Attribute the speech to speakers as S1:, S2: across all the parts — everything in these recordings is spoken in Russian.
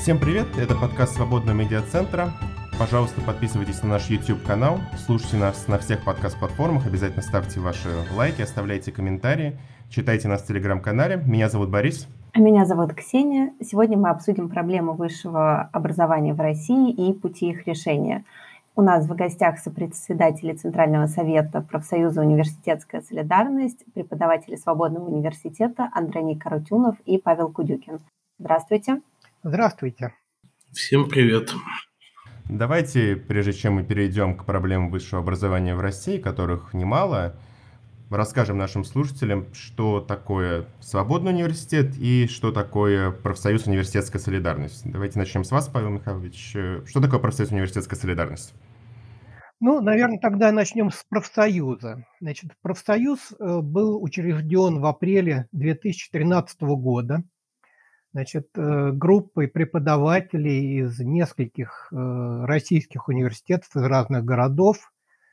S1: Всем привет, это подкаст Свободного медиацентра. Пожалуйста, подписывайтесь на наш YouTube-канал, слушайте нас на всех подкаст-платформах, обязательно ставьте ваши лайки, оставляйте комментарии, читайте нас в Телеграм-канале. Меня зовут Борис.
S2: А меня зовут Ксения. Сегодня мы обсудим проблему высшего образования в России и пути их решения. У нас в гостях сопредседатели Центрального совета профсоюза «Университетская солидарность», преподаватели Свободного университета Андрей Карутюнов и Павел Кудюкин. Здравствуйте.
S3: Здравствуйте.
S4: Всем привет.
S1: Давайте, прежде чем мы перейдем к проблемам высшего образования в России, которых немало, расскажем нашим слушателям, что такое Свободный университет и что такое профсоюз «Университетская солидарность». Давайте начнем с вас, Павел Михайлович. Что такое профсоюз «Университетская солидарность»?
S3: Наверное, тогда начнем с профсоюза. Значит, профсоюз был учрежден в апреле 2013 года. Значит, группой преподавателей из нескольких российских университетов, из разных городов.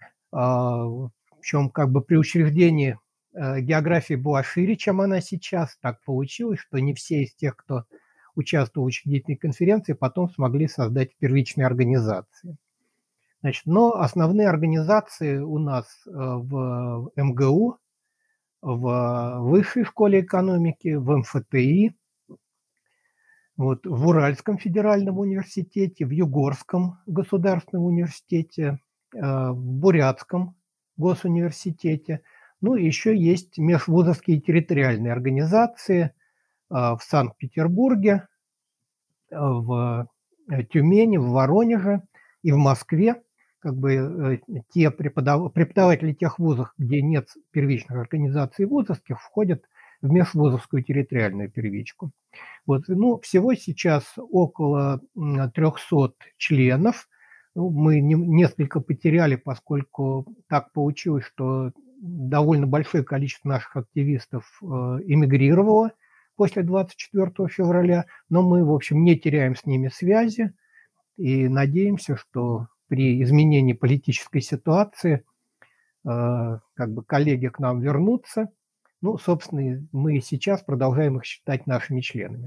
S3: Причем при учреждении география была шире, чем она сейчас. Так получилось, что не все из тех, кто участвовал в учредительной конференции, потом смогли создать первичные организации. Значит, но основные организации у нас в МГУ, в Высшей школе экономики, в МФТИ, в Уральском федеральном университете, в Югорском государственном университете, в Бурятском госуниверситете. И еще есть межвузовские территориальные организации в Санкт-Петербурге, в Тюмени, в Воронеже и в Москве. Те преподаватели тех вузов, где нет первичных организаций вузовских, входят в межвузовскую территориальную первичку. Всего сейчас около 300 членов. Мы несколько потеряли, поскольку так получилось, что довольно большое количество наших активистов эмигрировало после 24 февраля, но мы, в общем, не теряем с ними связи и надеемся, что при изменении политической ситуации коллеги к нам вернутся. Собственно, мы сейчас продолжаем их считать нашими членами.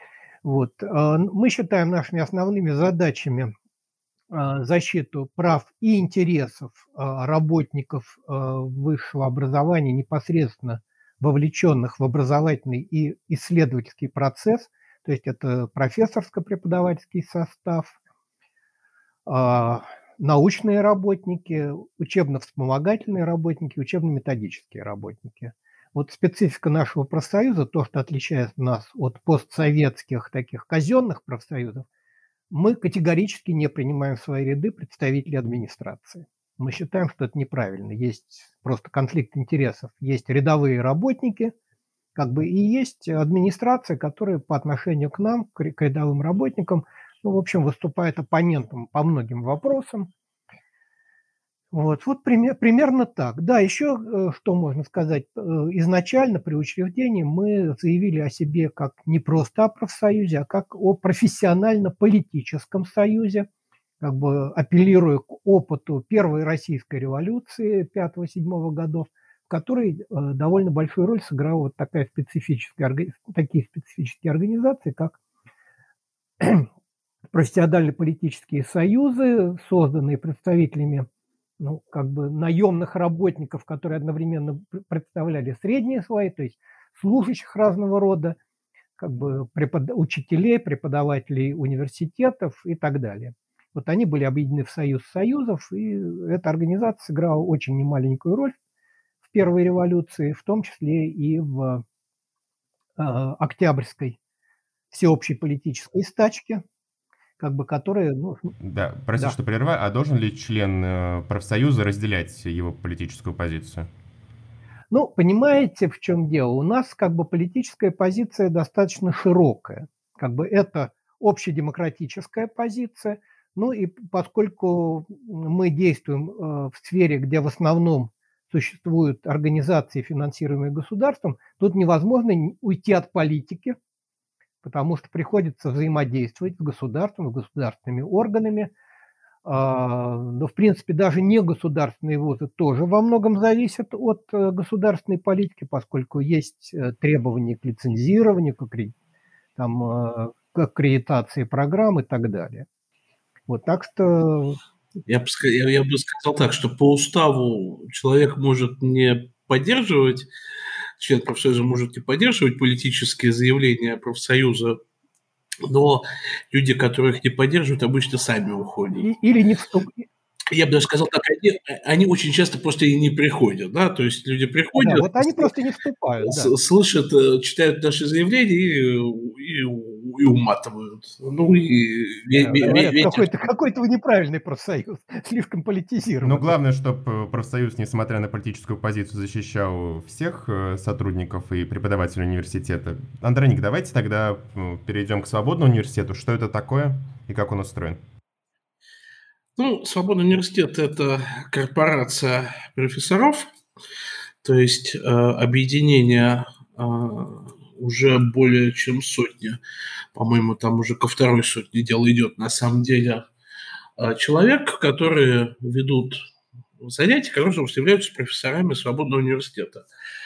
S3: Мы считаем нашими основными задачами защиту прав и интересов работников высшего образования, непосредственно вовлеченных в образовательный и исследовательский процесс, то есть это профессорско-преподавательский состав, научные работники, учебно-вспомогательные работники, учебно-методические работники. Специфика нашего профсоюза, то, что отличает нас от постсоветских таких казенных профсоюзов, мы категорически не принимаем в свои ряды представителей администрации. Мы считаем, что это неправильно. Есть просто конфликт интересов. Есть рядовые работники, и есть администрация, которая по отношению к нам, к рядовым работникам, выступает оппонентом по многим вопросам. Примерно так. Да, еще что можно сказать. Изначально при учреждении мы заявили о себе как не просто о профсоюзе, а как о профессионально-политическом союзе, апеллируя к опыту Первой российской революции 5-7 годов, в которой довольно большую роль сыграла такие специфические организации, как профессионально-политические союзы, созданные представителями наемных работников, которые одновременно представляли средние слои, то есть служащих разного рода, учителей, преподавателей университетов и так далее. Они были объединены в союз союзов, и эта организация сыграла очень немаленькую роль в Первой революции, в том числе и в Октябрьской всеобщей политической стачке, которые...
S1: Да, простите, что прерываю. А должен ли член профсоюза разделять его политическую позицию?
S3: Понимаете, в чем дело? У нас политическая позиция достаточно широкая. Это общедемократическая позиция. И поскольку мы действуем в сфере, где в основном существуют организации, финансируемые государством, тут невозможно уйти от политики, потому что приходится взаимодействовать с государством, с государственными органами. Но, в принципе, даже негосударственные вузы тоже во многом зависят от государственной политики, поскольку есть требования к лицензированию, к аккредитации программ и так далее. Вот, так что...
S4: Я бы сказал так, что по уставу человек может не поддерживать, член профсоюза может не поддерживать политические заявления профсоюза, но люди, которые их не поддерживают, обычно сами уходят.
S3: Или не вступают.
S4: Я бы даже сказал так, они очень часто просто и не приходят, да, то есть люди приходят,
S3: Да, вот они просто не вступают, да.
S4: слышат, читают наши заявления и уматывают. Ну и
S3: какой-то вы неправильный профсоюз, слишком политизированный.
S1: Но главное, чтобы профсоюз, несмотря на политическую позицию, защищал всех сотрудников и преподавателей университета. Андроник, давайте тогда перейдем к свободному университету. Что это такое и как он устроен?
S4: Ну, Свободный университет – это корпорация профессоров, то есть объединение уже более чем сотни, по-моему, там уже ко второй сотне дело идет, на самом деле, человек, которые ведут занятия, которые являются профессорами Свободного университета.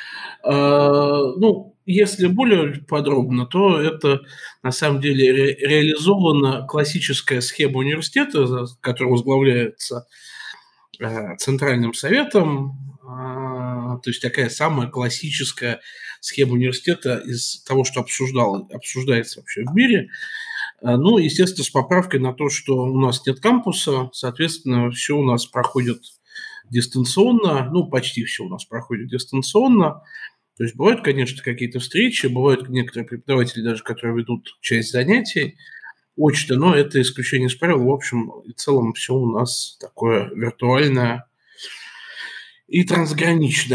S4: Ну, если более подробно, то это на самом деле реализована классическая схема университета, которая возглавляется Центральным советом, то есть такая самая классическая схема университета из того, что обсуждается вообще в мире. Ну, естественно, с поправкой на то, что у нас нет кампуса, соответственно, все у нас проходит дистанционно, ну, почти все у нас проходит дистанционно. То есть бывают, конечно, какие-то встречи, бывают некоторые преподаватели даже, которые ведут часть занятий очно, но это исключение из правил. В общем и целом все у нас такое виртуальное и трансграничное.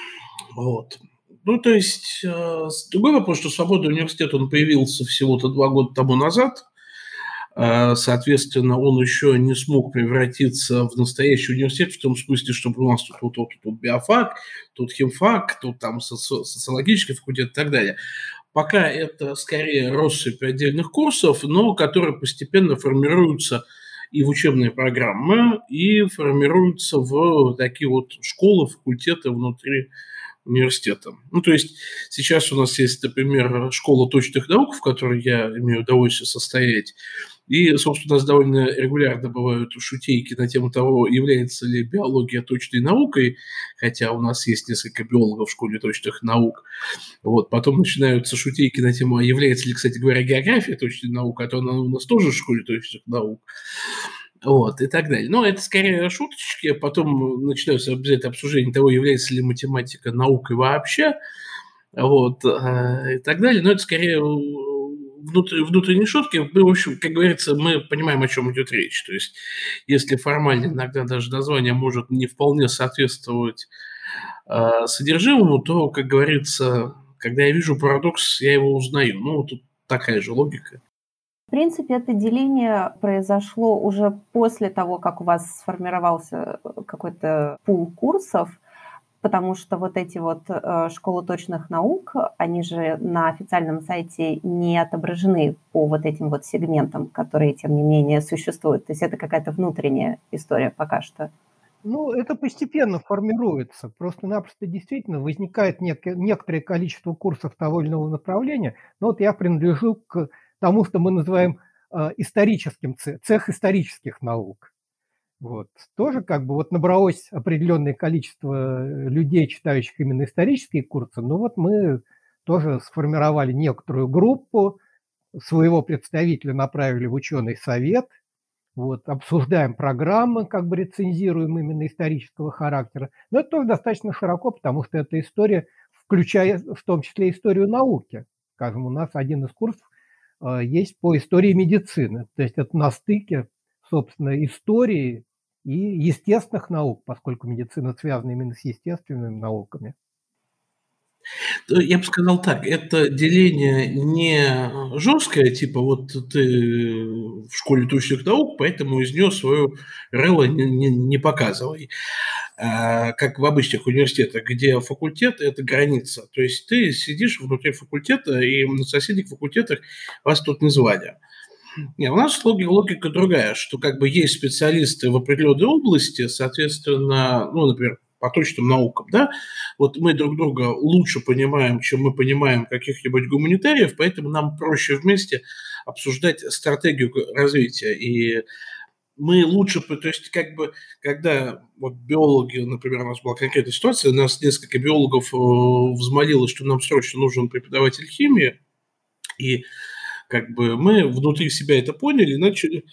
S4: Вот. Ну, то есть, другой вопрос, что Свободный университет, он появился всего-то 2 года тому назад. Соответственно, он еще не смог превратиться в настоящий университет в том смысле, чтобы у нас тут биофак, тут химфак, тут там социологический факультет и так далее. Пока это скорее россыпь отдельных курсов, но которые постепенно формируются и в учебные программы, и формируются в такие вот школы, факультеты внутри университета. Ну, то есть сейчас у нас есть, например, школа точных наук, в которой я имею удовольствие состоять. И, собственно, у нас довольно регулярно бывают шутейки на тему того, является ли биология точной наукой, хотя у нас есть несколько биологов в школе точных наук. Вот. Потом начинаются шутейки на тему, а является ли, кстати говоря, география точной наукой, а то она у нас тоже в школе точных наук. Вот, и так далее. Но это скорее шуточки, а потом начинается обязательно обсуждение того, является ли математика наукой вообще, вот, и так далее. Но это скорее внутренние шутки. В общем, как говорится, мы понимаем, о чем идет речь. То есть, если формально иногда даже название может не вполне соответствовать содержимому, то, как говорится, когда я вижу парадокс, я его узнаю. Ну, тут такая же логика.
S2: В принципе, это деление произошло уже после того, как у вас сформировался какой-то пул курсов, потому что вот эти вот школы точных наук, они же на официальном сайте не отображены по вот этим вот сегментам, которые, тем не менее, существуют. То есть это какая-то внутренняя история пока что.
S3: Ну, это постепенно формируется. Просто-напросто действительно возникает некоторое количество курсов того или иного направления. Но вот я принадлежу к тому, что мы называем историческим цех исторических наук. Вот. Тоже как бы вот набралось определенное количество людей, читающих именно исторические курсы. Но вот мы тоже сформировали некоторую группу, своего представителя направили в ученый совет, вот, обсуждаем программы, как бы рецензируем именно исторического характера. Но это тоже достаточно широко, потому что эта история, включая в том числе историю науки. Скажем, у нас один из курсов есть по истории медицины. То есть это на стыке, собственно, истории и естественных наук, поскольку медицина связана именно с естественными науками.
S4: Я бы сказал так, это деление не жесткое, типа вот ты в школе точных наук, поэтому из нее свою рыло не показывай. Как в обычных университетах, где факультет – это граница. То есть ты сидишь внутри факультета, и на соседних факультетах вас тут не звали. Нет, у нас логика другая, что как бы есть специалисты в определенной области, соответственно, ну, например, по точным наукам, да, вот мы друг друга лучше понимаем, чем мы понимаем каких-нибудь гуманитариев, поэтому нам проще вместе обсуждать стратегию развития. И мы лучше, то есть как бы, когда вот биологи, например, у нас была конкретная ситуация, нас несколько биологов взмолило, что нам срочно нужен преподаватель химии, и как бы мы внутри себя это поняли и начали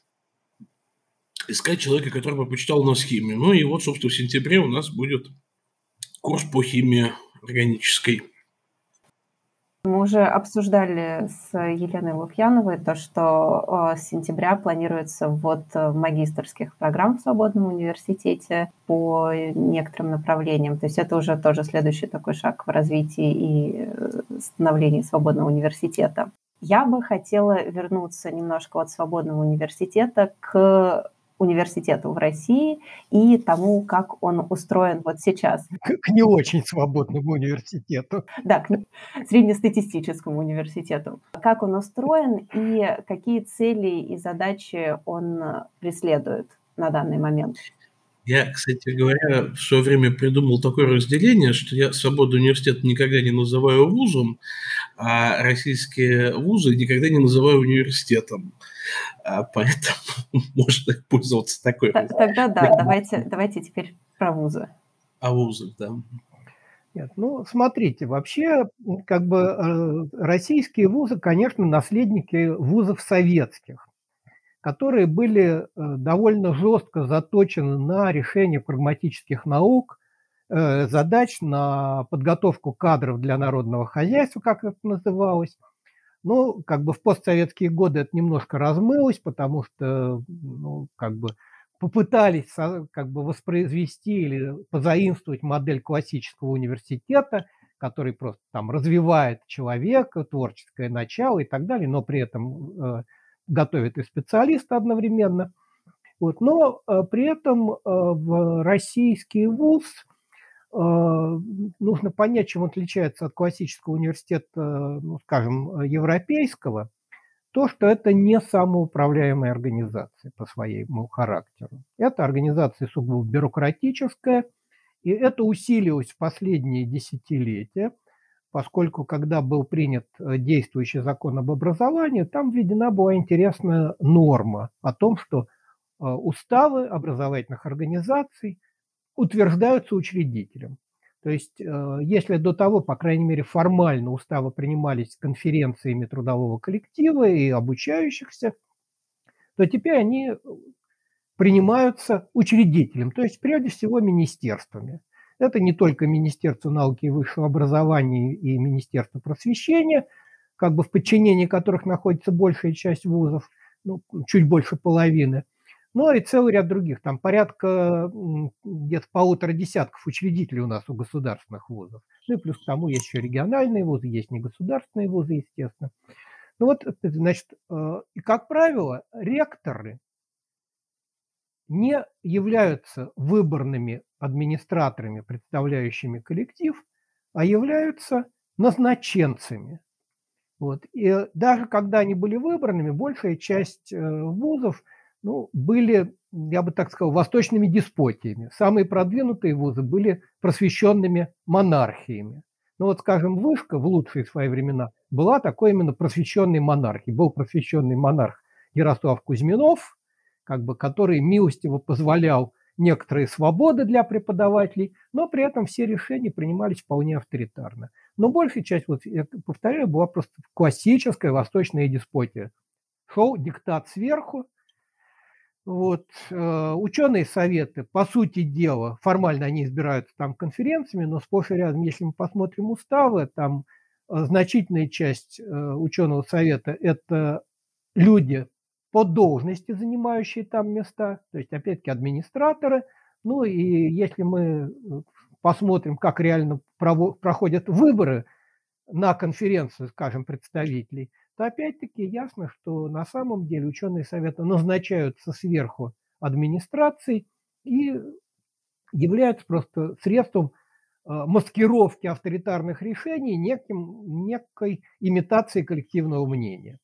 S4: искать человека, который бы почитал у нас химию. Ну и вот, собственно, в сентябре у нас будет курс по химии органической.
S2: Мы уже обсуждали с Еленой Лукьяновой то, что с сентября планируется ввод магистерских программ в свободном университете по некоторым направлениям. То есть это уже тоже следующий такой шаг в развитии и становлении свободного университета. Я бы хотела вернуться немножко от свободного университета к университету в России и тому, как он устроен вот сейчас.
S3: К не очень свободному университету.
S2: Да, к среднестатистическому университету. Как он устроен и какие цели и задачи он преследует на данный момент?
S4: Я, кстати говоря, в свое время придумал такое разделение, что я свободный университет никогда не называю вузом, а российские вузы никогда не называю университетом. Поэтому можно пользоваться такой.
S2: Тогда да, давайте теперь про вузы.
S4: О вузах, да.
S3: Нет, ну, смотрите, вообще, как бы российские вузы, конечно, наследники вузов советских, которые были довольно жестко заточены на решение прагматических наук, задач на подготовку кадров для народного хозяйства, как это называлось. Ну, как бы в постсоветские годы это немножко размылось, потому что, ну, как бы попытались как бы воспроизвести или позаимствовать модель классического университета, который просто там развивает человека, творческое начало и так далее, но при этом готовит и специалиста одновременно. Вот. Но при этом в российский вуз нужно понять, чем он отличается от классического университета, ну, скажем, европейского, то, что это не самоуправляемая организация по своему характеру. Это организация сугубо бюрократическая, и это усилилось в последние десятилетия, поскольку когда был принят действующий закон об образовании, там введена была интересная норма о том, что уставы образовательных организаций утверждаются учредителем. То есть, если до того, по крайней мере, формально уставы принимались конференциями трудового коллектива и обучающихся, то теперь они принимаются учредителем, то есть, прежде всего, министерствами. Это не только Министерство науки и высшего образования и Министерство просвещения, как бы в подчинении которых находится большая часть вузов, ну, чуть больше половины, но и целый ряд других. Там порядка где-то 1,5 десятков учредителей у нас у государственных вузов. Ну и плюс к тому есть еще региональные вузы, есть негосударственные вузы, естественно. Ну вот, значит, и, как правило, ректоры не являются выборными администраторами, представляющими коллектив, а являются назначенцами. Вот. И даже когда они были выбранными, большая часть вузов были, я бы так сказал, восточными деспотиями. Самые продвинутые вузы были просвещенными монархиями. Ну вот, скажем, Вышка в лучшие свои времена была такой именно просвещенной монархией. Был просвещенный монарх Ярослав Кузьминов, как бы, который милостиво позволял некоторые свободы для преподавателей, но при этом все решения принимались вполне авторитарно. Но большая часть, вот я повторяю, была просто классическая восточная деспотия. Шел диктат сверху. Вот. Ученые советы, по сути дела, формально они избираются там конференциями, но сплошь и рядом, если мы посмотрим уставы, там значительная часть ученого совета – это люди по должности, занимающие там места, то есть, опять-таки, администраторы. Ну и если мы посмотрим, как реально проходят выборы на конференцию, скажем, представителей, то опять-таки ясно, что на самом деле ученые советы назначаются сверху администрацией и являются просто средством маскировки авторитарных решений некой имитацией коллективного мнения.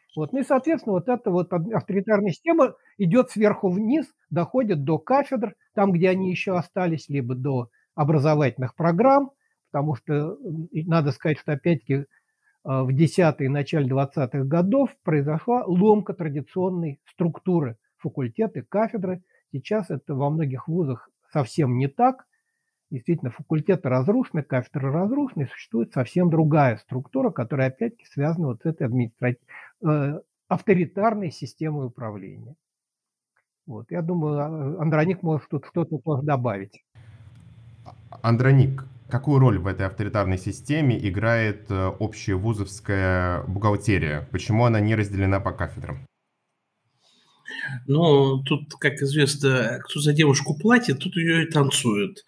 S3: Вот. Ну и, соответственно, вот эта вот авторитарная система идет сверху вниз, доходит до кафедр, там, где они еще остались, либо до образовательных программ, потому что надо сказать, что опять-таки в 10-е и начале 20-х годов произошла ломка традиционной структуры факультеты, кафедры. Сейчас это во многих вузах совсем не так. Действительно, факультеты разрушены, кафедры разрушены, существует совсем другая структура, которая опять-таки связана вот с этой авторитарной системой управления. Вот. Я думаю, Андроник может тут что-то тоже добавить.
S1: Андроник, какую роль в этой авторитарной системе играет общая вузовская бухгалтерия? Почему она не разделена по кафедрам?
S4: Ну, тут, как известно, кто за девушку платит, тут ее и танцует.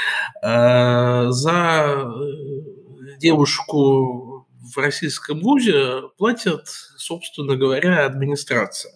S4: За девушку в российском вузе платят, собственно говоря, администрация.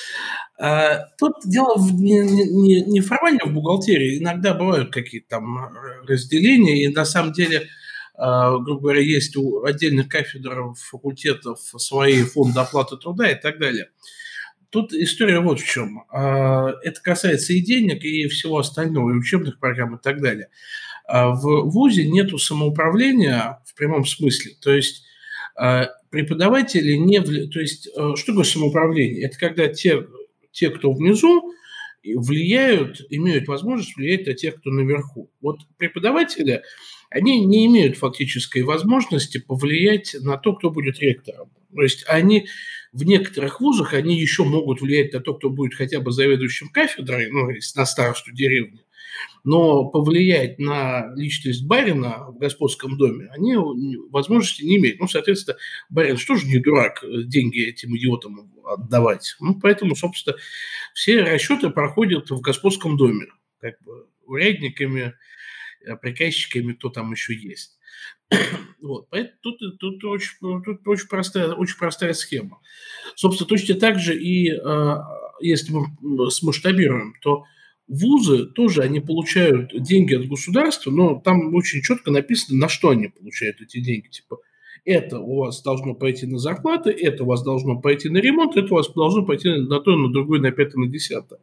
S4: Тут дело не формально в бухгалтерии. Иногда бывают какие-то там разделения, и на самом деле, грубо говоря, есть у отдельных кафедр факультетов свои фонды оплаты труда и так далее. Тут история вот в чем. Это касается и денег, и всего остального, и учебных программ и так далее. В ВУЗе нету самоуправления в прямом смысле. То есть преподаватели не... То есть что такое самоуправление? Это когда те, кто внизу, влияют, имеют возможность влиять на тех, кто наверху. Вот преподаватели, они не имеют фактической возможности повлиять на то, кто будет ректором. То есть они в некоторых вузах, они еще могут влиять на то, кто будет хотя бы заведующим кафедрой, ну, на старосту деревни, но повлиять на личность барина в господском доме они возможности не имеют. Ну, соответственно, барин что же не дурак деньги этим идиотам отдавать? Ну, поэтому, собственно, все расчеты проходят в господском доме, как бы урядниками, приказчиками, кто там еще есть. Вот. Поэтому тут очень простая схема. Собственно, точно так же и если мы смасштабируем, то вузы тоже, они получают деньги от государства, но там очень четко написано, на что они получают эти деньги. Типа, это у вас должно пойти на зарплаты, это у вас должно пойти на ремонт, это у вас должно пойти на то, на другое, на пятое, на десятое.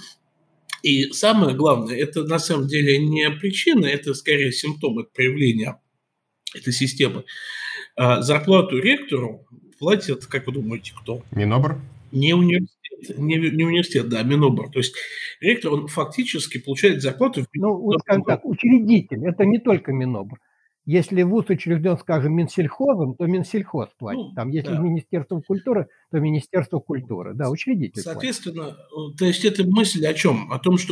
S4: И самое главное, это на самом деле не причина, это скорее симптом, это проявление этой системы. Зарплату ректору платят, как вы думаете, кто?
S1: Минобр?
S4: Не университет, не университет, да, Минобр. То есть ректор, он фактически получает зарплату.
S3: Ну, вот скажем так, учредитель, это не только Минобр. Если вуз учрежден, скажем, Минсельхозом, то Минсельхоз платит.
S4: Ну,
S3: Там, если
S4: да.
S3: Министерство культуры, то Министерство культуры. Да, учредитель
S4: Соответственно, то есть это мысль о чем? О том, что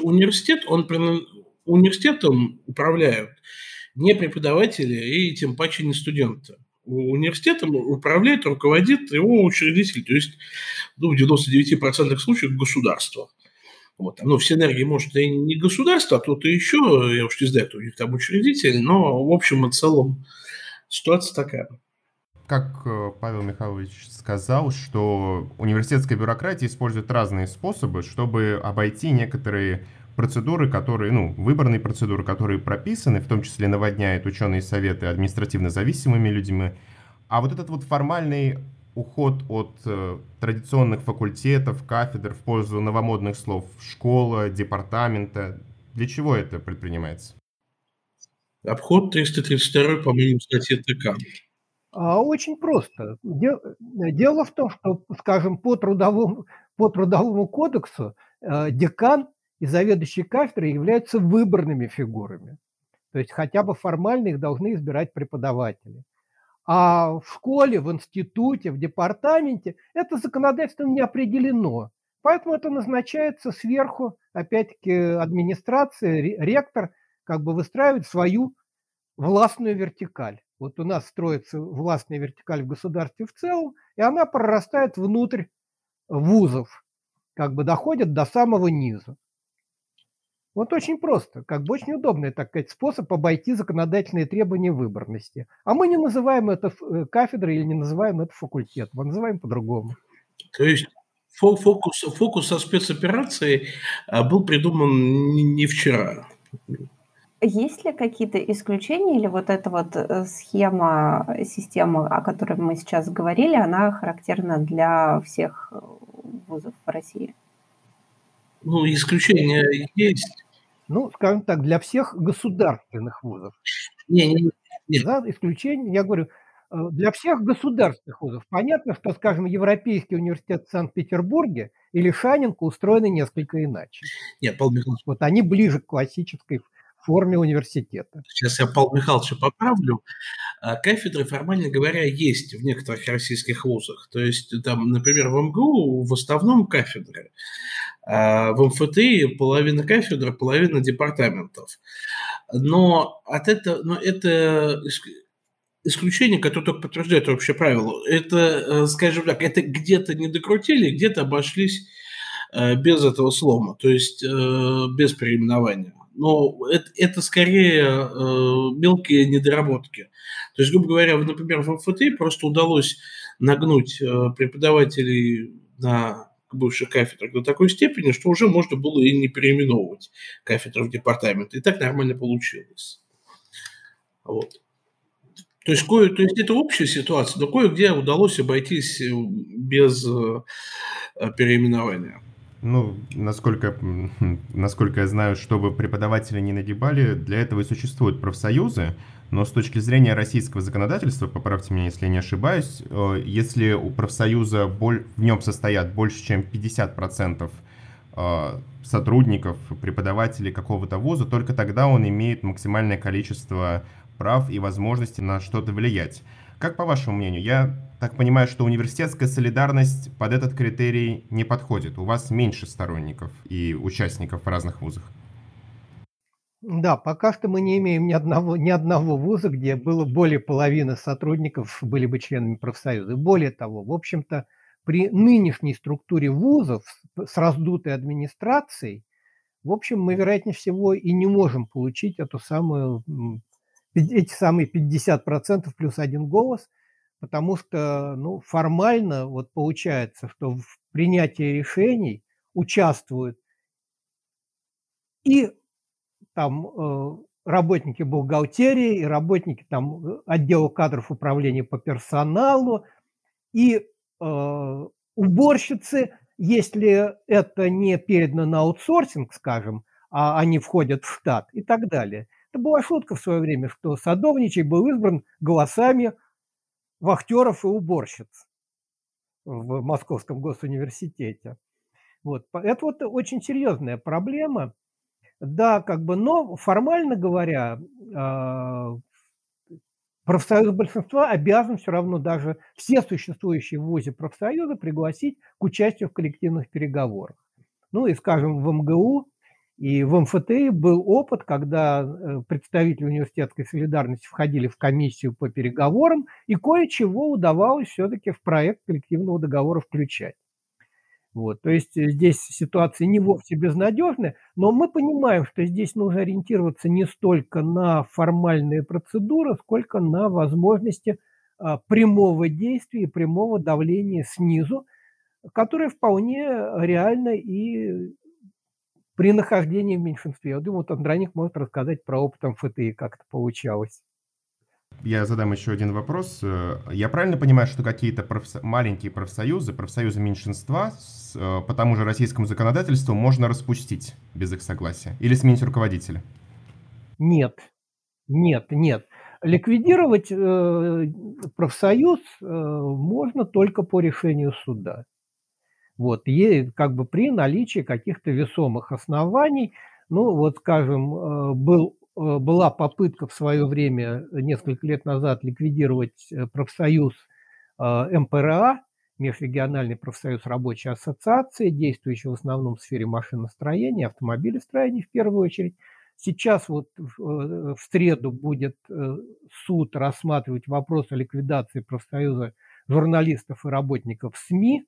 S4: университетом управляют не преподаватели и тем паче не студенты. Университетом управляет, руководит его учредитель, то есть в 99% случаев государство. Вот. Ну, в синергии, может, и не государство, а кто-то еще, я уж не знаю, кто у них там учредитель, но в общем и целом ситуация такая.
S1: Как Павел Михайлович сказал, что университетская бюрократия использует разные способы, чтобы обойти некоторые процедуры, которые, выборные процедуры, которые прописаны, в том числе наводняет ученые советы административно зависимыми людьми. А вот этот вот формальный уход от традиционных факультетов, кафедр в пользу новомодных слов школа, департамента, для чего это предпринимается?
S4: Обход 332, по-моему, статьи ТК.
S3: Очень просто. Дело в том, что, скажем, по трудовому кодексу декан и заведующий кафедрой являются выборными фигурами. То есть хотя бы формально их должны избирать преподаватели. А в школе, в институте, в департаменте это законодательством не определено. Поэтому это назначается сверху, опять-таки, администрация, ректор как бы выстраивает свою властную вертикаль. Вот у нас строится властная вертикаль в государстве в целом, и она прорастает внутрь вузов, как бы доходит до самого низа. Вот очень просто, как бы очень удобный, так сказать, способ обойти законодательные требования выборности. А мы не называем это кафедрой или не называем это факультетом, мы называем по-другому.
S4: То есть фокус со спецоперацией был придуман не вчера.
S2: Есть ли какие-то исключения или вот эта вот схема, система, о которой мы сейчас говорили, она характерна для всех вузов в России?
S4: Ну, исключения есть.
S3: Ну, скажем так, для всех государственных вузов.
S4: Не.
S3: За исключением, я говорю, для всех государственных вузов. Понятно, что, скажем, Европейский университет в Санкт-Петербурге или Шанинка устроены несколько иначе.
S4: Нет, Павел Михайлович,
S3: Вот они ближе к классической форме университета.
S4: сейчас я Павла Михайловича поправлю. Кафедры, формально говоря, есть в некоторых российских вузах. То есть, там, например, в МГУ в основном кафедры, а в МФТИ половина кафедр, половина департаментов. Но это исключение, которое только подтверждает общее правило. Это, скажем так, это где-то не докрутили, где-то обошлись без этого слома, то есть без переименования. Но это скорее мелкие недоработки. То есть, грубо говоря, например, в МФТИ просто удалось нагнуть преподавателей на бывших кафедрах до такой степени, что уже можно было и не переименовывать кафедры в департаменты. И так нормально получилось. Вот. То есть это общая ситуация, но кое-где удалось обойтись без переименования.
S1: Ну, насколько я знаю, чтобы преподаватели не нагибали, для этого и существуют профсоюзы, но с точки зрения российского законодательства, поправьте меня, если я не ошибаюсь, если у профсоюза в нем состоят больше, чем 50% сотрудников, преподавателей какого-то вуза, только тогда он имеет максимальное количество прав и возможностей на что-то влиять. Как по вашему мнению? Я так понимаю, что университетская солидарность под этот критерий не подходит. У вас меньше сторонников и участников в разных вузах.
S3: Да, пока что мы не имеем ни одного вуза, где было более половины сотрудников были бы членами профсоюза. Более того, в общем-то, при нынешней структуре вузов с раздутой администрацией, в общем, мы, вероятнее всего, и не можем получить эти самые 50% плюс один голос, потому что, формально вот получается, что в принятии решений участвуют и там работники бухгалтерии, и работники там отдела кадров управления по персоналу, и уборщицы, если это не передано на аутсорсинг, скажем, а они входят в штат и так далее. Это была шутка в свое время, что садовничий был избран голосами вахтеров и уборщиц в Московском госуниверситете. Вот. Это вот очень серьезная проблема. Да, но формально говоря, профсоюз большинства обязан все равно даже все существующие в ВУЗе профсоюзы пригласить к участию в коллективных переговорах. Ну и, скажем, в МГУ и в МФТИ был опыт, когда представители университетской солидарности входили в комиссию по переговорам, и кое-чего удавалось все-таки в проект коллективного договора включать. Вот, то есть здесь ситуация не вовсе безнадежная, но мы понимаем, что здесь нужно ориентироваться не столько на формальные процедуры, сколько на возможности прямого действия и прямого давления снизу, которое вполне реально и при нахождении в меньшинстве. Я думаю, вот Андроник может рассказать про опыт МФТИ, как это получалось.
S1: Я задам еще один вопрос. Я правильно понимаю, что какие-то маленькие профсоюзы меньшинства по тому же российскому законодательству можно распустить без их согласия? Или сменить руководителя?
S3: Нет. Ликвидировать профсоюз можно только по решению суда. Вот, при наличии каких-то весомых оснований, скажем, была попытка в свое время, несколько лет назад, ликвидировать профсоюз МПРА, Межрегиональный профсоюз рабочей ассоциации, действующий в основном в сфере машиностроения, автомобилестроения в первую очередь. Сейчас в среду будет суд рассматривать вопрос о ликвидации профсоюза журналистов и работников СМИ.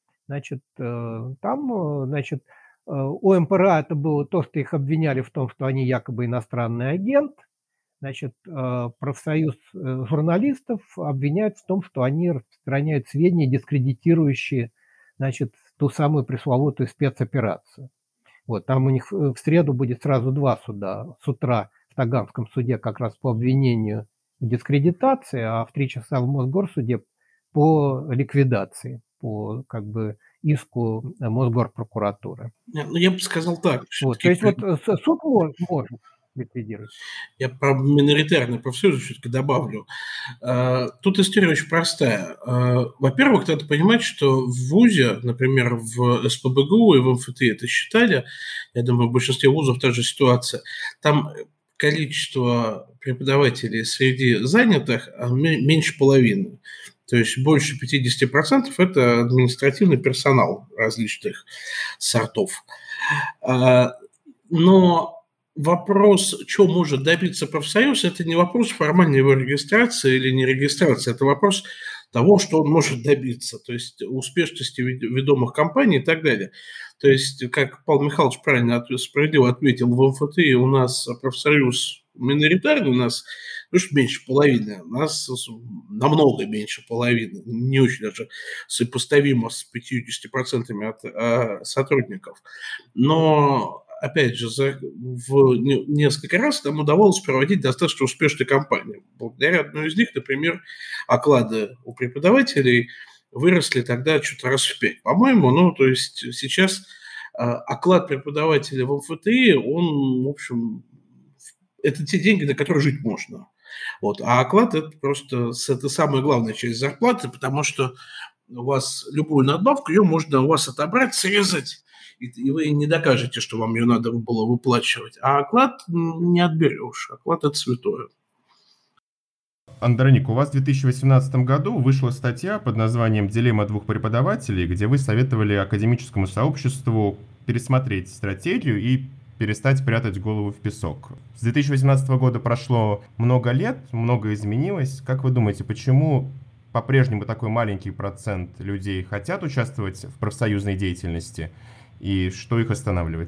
S3: У МПРА это было то, что их обвиняли в том, что они якобы иностранный агент. Профсоюз журналистов обвиняют в том, что они распространяют сведения, дискредитирующие, ту самую пресловутую спецоперацию. Вот, там у них в среду будет сразу два суда. С утра в Таганском суде как раз по обвинению в дискредитации, а в 3 часа в Мосгорсуде по ликвидации, по как бы иску Мосгорпрокуратуры.
S4: Ну, я бы сказал так,
S3: Вот, то
S4: все-таки
S3: есть вот суд может ликвидировать.
S4: я про миноритарный профсоюз все-таки добавлю. Тут история очень простая. Во-первых, надо понимать, что в ВУЗе, например, в СПбГУ и в МФТИ это считали, я думаю, в большинстве вузов та же ситуация, там количество преподавателей среди занятых меньше половины. То есть больше 50% это административный персонал различных сортов. Но вопрос, что может добиться профсоюз, это не вопрос формальной его регистрации или не регистрации, это вопрос того, что он может добиться, то есть успешности ведомых компаний и так далее. То есть, как Павел Михайлович правильно справедливо отметил, в МФТИ у нас профсоюз миноритарный, у нас меньше половины, у нас намного меньше половины, не очень даже сопоставимо с 50% от сотрудников. Но опять же, в несколько раз нам удавалось проводить достаточно успешные кампании. Благодаря одной из них, например, оклады у преподавателей выросли тогда что-то раз в 5, по-моему. Ну, то есть сейчас оклад преподавателя в МФТИ, он, в общем, это те деньги, на которые жить можно. Вот. А оклад – это просто это самая главная часть зарплаты, потому что у вас любую надбавку, ее можно у вас отобрать, срезать, и вы не докажете, что вам ее надо было выплачивать. А оклад не отберешь. Оклад – это святое.
S1: Андроник, у вас в 2018 году вышла статья под названием «Дилемма двух преподавателей», где вы советовали академическому сообществу пересмотреть стратегию и перестать прятать голову в песок. С 2018 года прошло много лет, многое изменилось. Как вы думаете, почему по-прежнему такой маленький процент людей хотят участвовать в профсоюзной деятельности, и что их останавливает?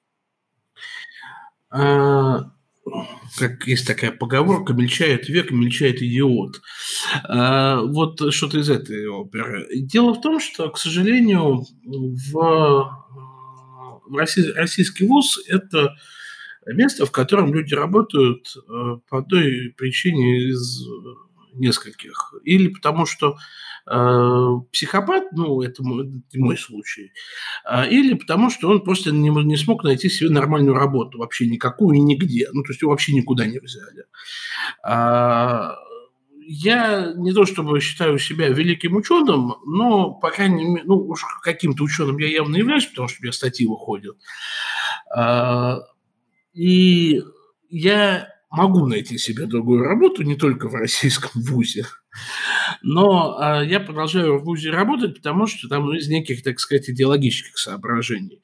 S4: Как есть такая поговорка, мельчает век, мельчает идиот. Вот что-то из этой оперы. Дело в том, что, к сожалению, российский вуз – это место, в котором люди работают по одной причине из нескольких. Или потому что психопат, ну, это мой случай, или потому что он просто не смог найти себе нормальную работу, вообще никакую и нигде. Ну, то есть его вообще никуда не взяли. Я не то чтобы считаю себя великим ученым, но, по крайней мере, ну, уж каким-то ученым я явно являюсь, потому что у меня статьи выходят. И я могу найти себе другую работу, не только в российском вузе, но я продолжаю в вузе работать, потому что там из неких, так сказать, идеологических соображений.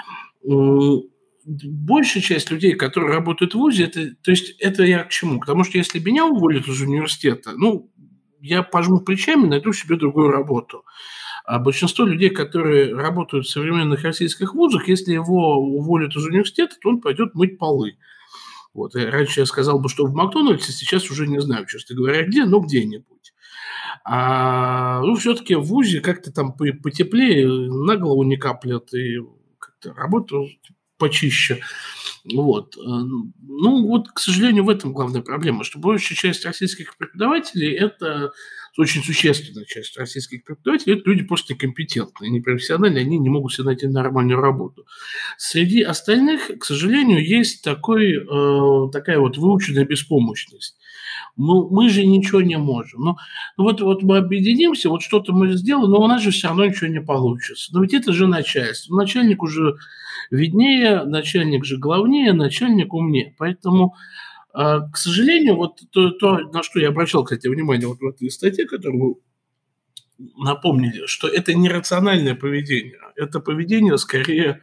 S4: Большая часть людей, которые работают в вузе, это я к чему? Потому что если меня уволят из университета, ну, я пожму плечами, найду себе другую работу. А большинство людей, которые работают в современных российских вузах, если его уволят из университета, то он пойдет мыть полы. Вот. И раньше я сказал бы, что в Макдональдсе, сейчас уже не знаю, честно говоря, где, но где-нибудь. Ну, все-таки в вузе как-то там потеплее, на голову не каплят, и как-то работа почище. Вот. Ну, вот, к сожалению, в этом главная проблема, что большая часть российских преподавателей – это очень существенная часть российских преподавателей, это люди просто некомпетентные, непрофессиональные, они не могут себе найти нормальную работу. Среди остальных, к сожалению, есть такая вот выученная беспомощность. Мы же ничего не можем. Ну вот мы объединимся, вот что-то мы сделаем, но у нас же все равно ничего не получится. Но ведь это же начальство. Начальник уже виднее, начальник же главнее, начальник умнее. Поэтому, к сожалению, вот то, на что я обращал, кстати, внимание вот в этой статье, которую вы напомнили, что это не рациональное поведение. Это поведение скорее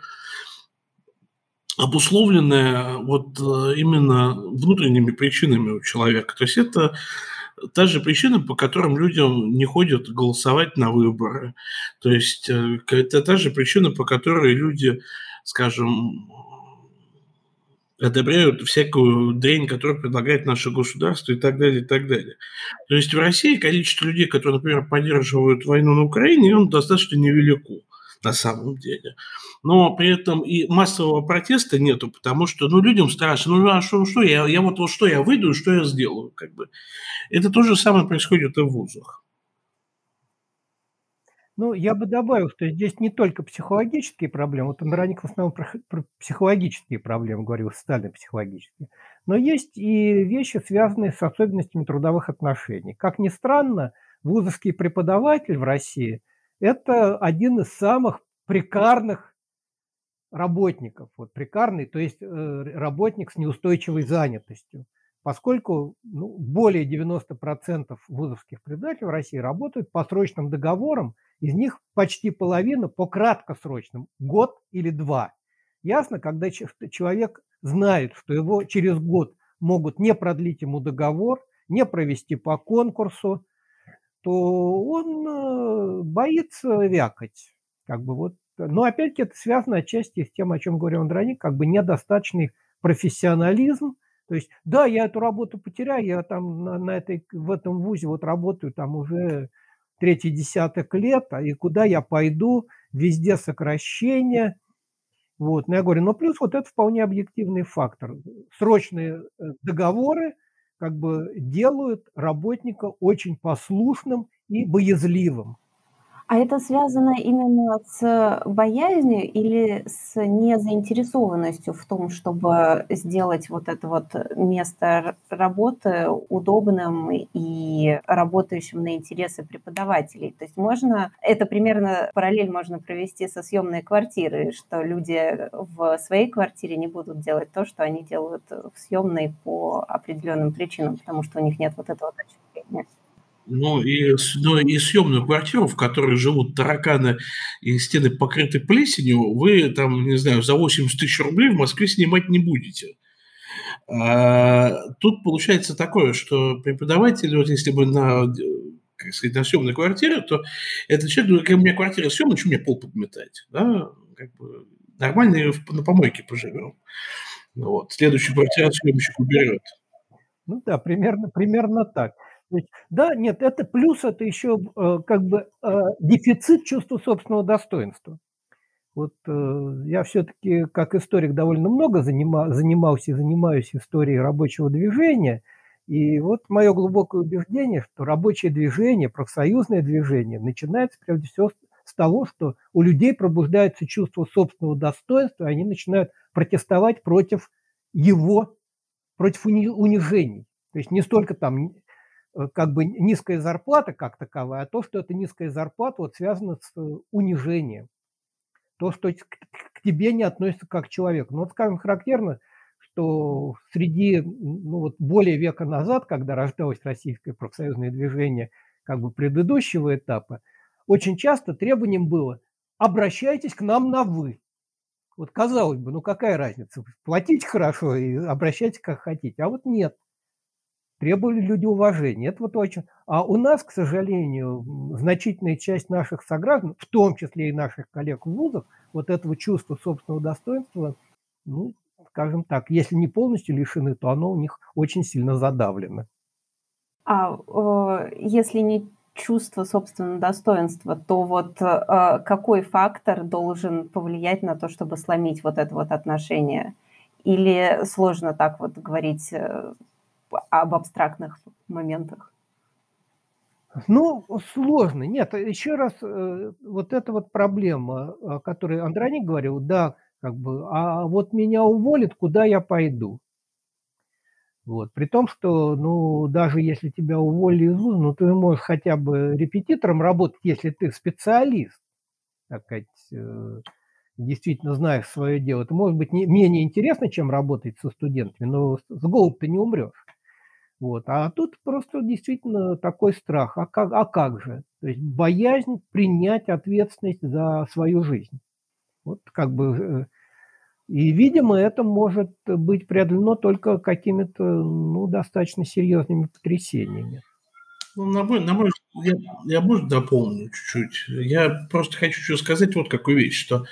S4: обусловленное вот именно внутренними причинами у человека. То есть это та же причина, по которым людям не ходят голосовать на выборы. То есть это та же причина, по которой люди, скажем, одобряют всякую дрянь, которую предлагает наше государство и так далее, и так далее. То есть в России количество людей, которые, например, поддерживают войну на Украине, он достаточно невелико. на самом деле. Но при этом и массового протеста нету, потому что, людям страшно. А что я вот что я выйду и что я сделаю, как бы. Это то же самое происходит и в вузах.
S3: Ну, я бы добавил, что здесь не только психологические проблемы. Вот Андроник в основном про психологические проблемы говорил, социально-психологические. Но есть и вещи, связанные с особенностями трудовых отношений. Как ни странно, вузовский преподаватель в России – это один из самых прекарных работников. Вот прекарный, то есть работник с неустойчивой занятостью. Поскольку более 90% вузовских преподавателей в России работают по срочным договорам, из них почти половина по краткосрочным, год или два. Ясно, когда человек знает, что его через год могут не продлить ему договор, не провести по конкурсу, то он боится вякать. Но опять-таки это связано отчасти с тем, о чем говорил Андроник, недостаточный профессионализм. То есть, да, я эту работу потеряю, я там в этом вузе работаю там уже третий десяток лет, и куда я пойду, везде сокращения. Но я говорю, плюс это вполне объективный фактор. Срочные договоры делают работника очень послушным и боязливым.
S2: А это связано именно с боязнью или с незаинтересованностью в том, чтобы сделать это место работы удобным и работающим на интересы преподавателей? То есть это примерно параллель можно провести со съемной квартирой, что люди в своей квартире не будут делать то, что они делают в съемной по определенным причинам, потому что у них нет этого ощущения.
S4: И съемную квартиру, в которой живут тараканы и стены покрыты плесенью, вы там, не знаю, за 80 тысяч рублей в Москве снимать не будете. Тут получается такое, что преподаватель, если бы на съемной квартире, то этот человек, у меня квартира съемная, что мне пол подметать? Да? Нормально на помойке поживем. Следующую квартиру съемщик уберет.
S3: Да, примерно так. Да, нет, это плюс, это еще дефицит чувства собственного достоинства. Я все-таки как историк довольно много занимался и занимаюсь историей рабочего движения. И мое глубокое убеждение, что рабочее движение, профсоюзное движение начинается прежде всего с того, что у людей пробуждается чувство собственного достоинства, и они начинают протестовать против унижений. То есть не столько там низкая зарплата как таковая, а то, что эта низкая зарплата связана с унижением. То, что к тебе не относится как к человеку. Скажем, характерно, что среди, более века назад, когда рождалось российское профсоюзное движение предыдущего этапа, очень часто требованием было: обращайтесь к нам на «вы». Казалось бы, какая разница? Платите хорошо и обращайтесь как хотите. А нет. Требовали люди уважения. Это очень... А у нас, к сожалению, значительная часть наших сограждан, в том числе и наших коллег в вузах, этого чувства собственного достоинства, скажем так, если не полностью лишены, то оно у них очень сильно задавлено.
S2: Если не чувство собственного достоинства, то какой фактор должен повлиять на то, чтобы сломить это отношение? Или сложно так говорить об абстрактных моментах?
S3: Сложно. Нет, еще раз, эта проблема, о которой Андроник говорил, да, меня уволят, куда я пойду? При том, что, даже если тебя уволили из вуза, ты можешь хотя бы репетитором работать, если ты специалист, так сказать, действительно знаешь свое дело. Это может быть менее интересно, чем работать со студентами, но с голоду ты не умрешь. А тут просто действительно такой страх. А как же? То есть боязнь принять ответственность за свою жизнь. И, видимо, это может быть преодолено только какими-то, достаточно серьезными потрясениями.
S4: На мой взгляд, я, может, дополню чуть-чуть. Я просто хочу еще сказать какую вещь, что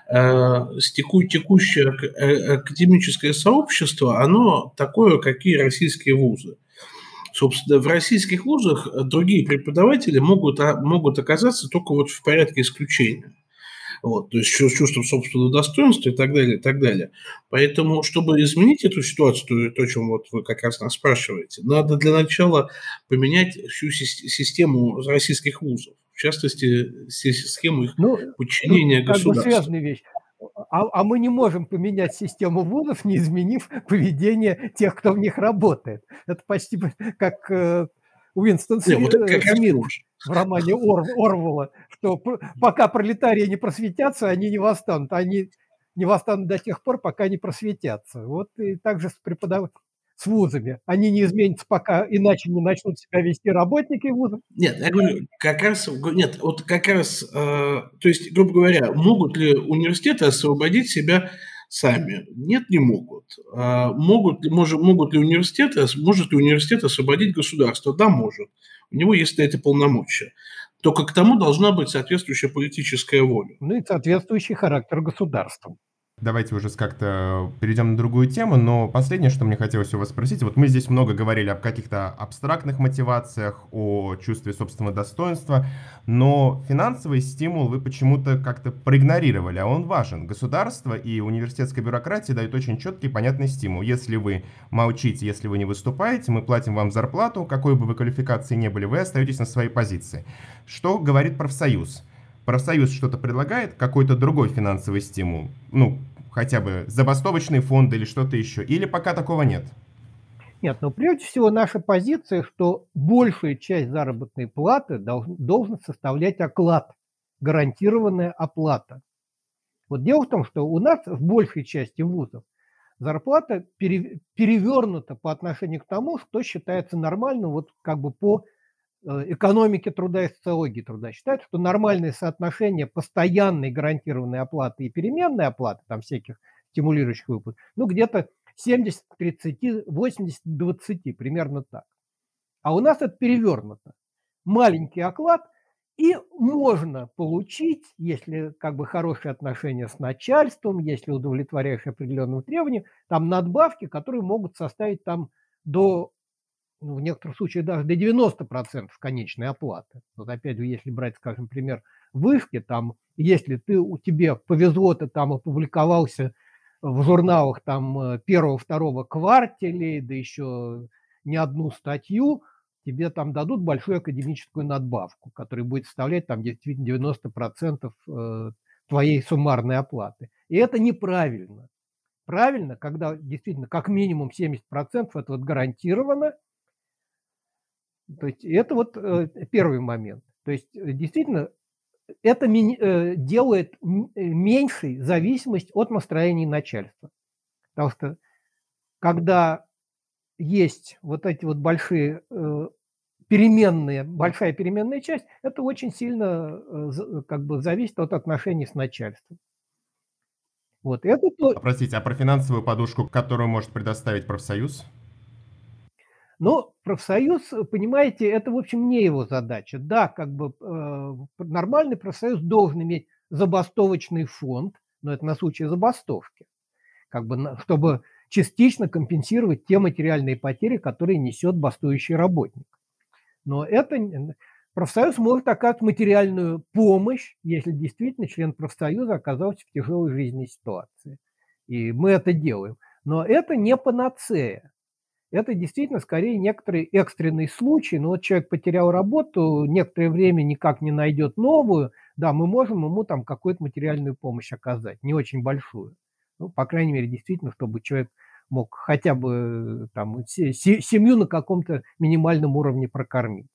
S4: текущее академическое сообщество, оно такое, какие российские вузы. Собственно, в российских вузах другие преподаватели могут оказаться только в порядке исключения. Вот, то есть с чувством собственного достоинства и так далее, и так далее. Поэтому, чтобы изменить эту ситуацию, то, о чем вот вы как раз нас спрашиваете, надо для начала поменять всю систему российских вузов, в частности, схему их
S3: Ну, тут
S4: подчинения
S3: как бы
S4: государству.
S3: связанная вещь. А мы не можем поменять систему вузов, не изменив поведение тех, кто в них работает. Это почти как Уинстон
S4: Нет, вот это как раз
S3: Смит
S4: можно.
S3: в романе Орвелла, что пока пролетарии не просветятся, они не восстанут. Они не восстанут до тех пор, пока не просветятся. Вот и так же с вузами. Они не изменятся, пока иначе не начнут себя вести работники вузов.
S4: Нет, я говорю, как раз, нет, вот как раз, то есть, грубо говоря, могут ли университеты освободить себя сами? Нет, не могут. Могут ли университеты, может ли университет освободить государство? Да, может. У него есть на это полномочия. Только к тому должна быть соответствующая политическая воля.
S3: Ну и соответствующий характер государства.
S1: Давайте уже как-то перейдем на другую тему, но последнее, что мне хотелось у вас спросить, вот мы здесь много говорили об каких-то абстрактных мотивациях, о чувстве собственного достоинства, но финансовый стимул вы почему-то как-то проигнорировали, а он важен. Государство и университетская бюрократия дают очень четкий и понятный стимул. Если вы молчите, если вы не выступаете, мы платим вам зарплату, какой бы вы квалификации ни были, вы остаетесь на своей позиции. Что говорит профсоюз? Профсоюз что-то предлагает, какой-то другой финансовый стимул, ну, хотя бы забастовочный фонд или что-то еще, или пока такого нет?
S3: Нет, но прежде всего наша позиция, что большая часть заработной платы должен составлять оклад, гарантированная оплата. Вот дело в том, что у нас в большей части вузов зарплата перевернута по отношению к тому, что считается нормальным вот как бы по экономике труда и социологии труда. Считают, что нормальное соотношение постоянной гарантированной оплаты и переменной оплаты, там всяких стимулирующих выплат, ну где-то 70 к 30, 80 к 20, примерно так. А у нас это перевернуто. Маленький оклад, и можно получить, если как бы хорошие отношения с начальством, если удовлетворяешь определенным требованиям, там надбавки, которые могут составить там до, ну, в некоторых случаях даже до 90% конечной оплаты. Вот опять же, если брать, скажем, пример вышки, там, если тебе повезло, ты там опубликовался в журналах там первого-второго квартале, да еще не одну статью, тебе там дадут большую академическую надбавку, которая будет составлять там действительно 90% твоей суммарной оплаты. И это неправильно. Правильно, когда действительно как минимум 70% это вот гарантировано. То есть это вот первый момент. То есть действительно это делает меньшей зависимость от настроений начальства. Потому что когда есть вот эти вот большие переменные, большая переменная часть, это очень сильно как бы зависит от отношений с начальством. Вот это то.
S1: Простите, а про финансовую подушку, которую может предоставить профсоюз?
S3: Но профсоюз, понимаете, это, в общем, не его задача. Да, как бы нормальный профсоюз должен иметь забастовочный фонд, но это на случай забастовки, как бы, чтобы частично компенсировать те материальные потери, которые несет бастующий работник. Но это профсоюз может оказать материальную помощь, если действительно член профсоюза оказался в тяжелой жизненной ситуации. И мы это делаем. Но это не панацея. Это действительно скорее некоторый экстренный случай. Но вот человек потерял работу, некоторое время никак не найдет новую. Да, мы можем ему там какую-то материальную помощь оказать, не очень большую. Ну, по крайней мере, действительно, чтобы человек мог хотя бы там семью на каком-то минимальном уровне прокормить.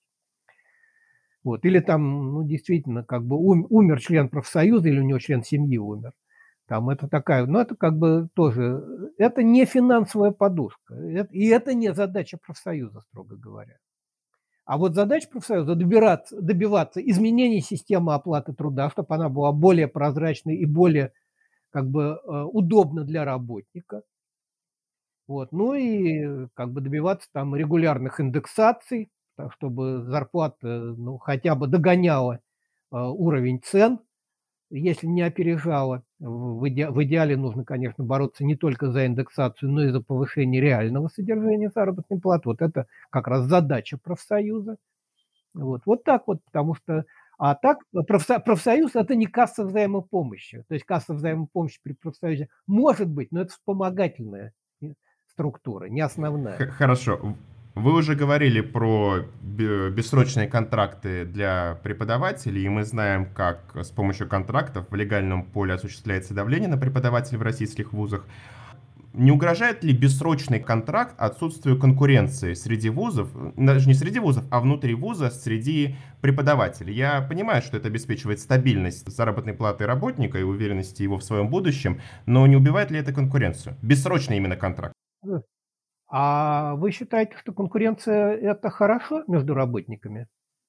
S3: Вот. Или там, ну, действительно, как бы умер член профсоюза, или у него член семьи умер. Там это такая, ну, это как бы тоже, это не финансовая подушка, и это не задача профсоюза, строго говоря. А вот задача профсоюза добиваться изменения системы оплаты труда, чтобы она была более прозрачной и более как бы удобна для работника. Вот. Ну и как бы добиваться там регулярных индексаций, так, чтобы зарплата ну, хотя бы догоняла уровень цен, если не опережала. В идеале нужно, конечно, бороться не только за индексацию, но и за повышение реального содержания заработной платы. Вот это как раз задача профсоюза. Вот так вот, потому что А так профсоюз – это не касса взаимопомощи. То есть касса взаимопомощи при профсоюзе может быть, но это вспомогательная структура, не основная.
S1: Хорошо. Вы уже говорили про бессрочные контракты для преподавателей, и мы знаем, как с помощью контрактов в легальном поле осуществляется давление на преподавателей в российских вузах. Не угрожает ли бессрочный контракт отсутствию конкуренции среди вузов, даже не среди вузов, а внутри вуза среди преподавателей? Я понимаю, что это обеспечивает стабильность заработной платы работника и уверенности его в своем будущем, но не убивает ли это конкуренцию? Бессрочный именно контракт.
S3: А вы считаете, что конкуренция – это хорошо между работниками?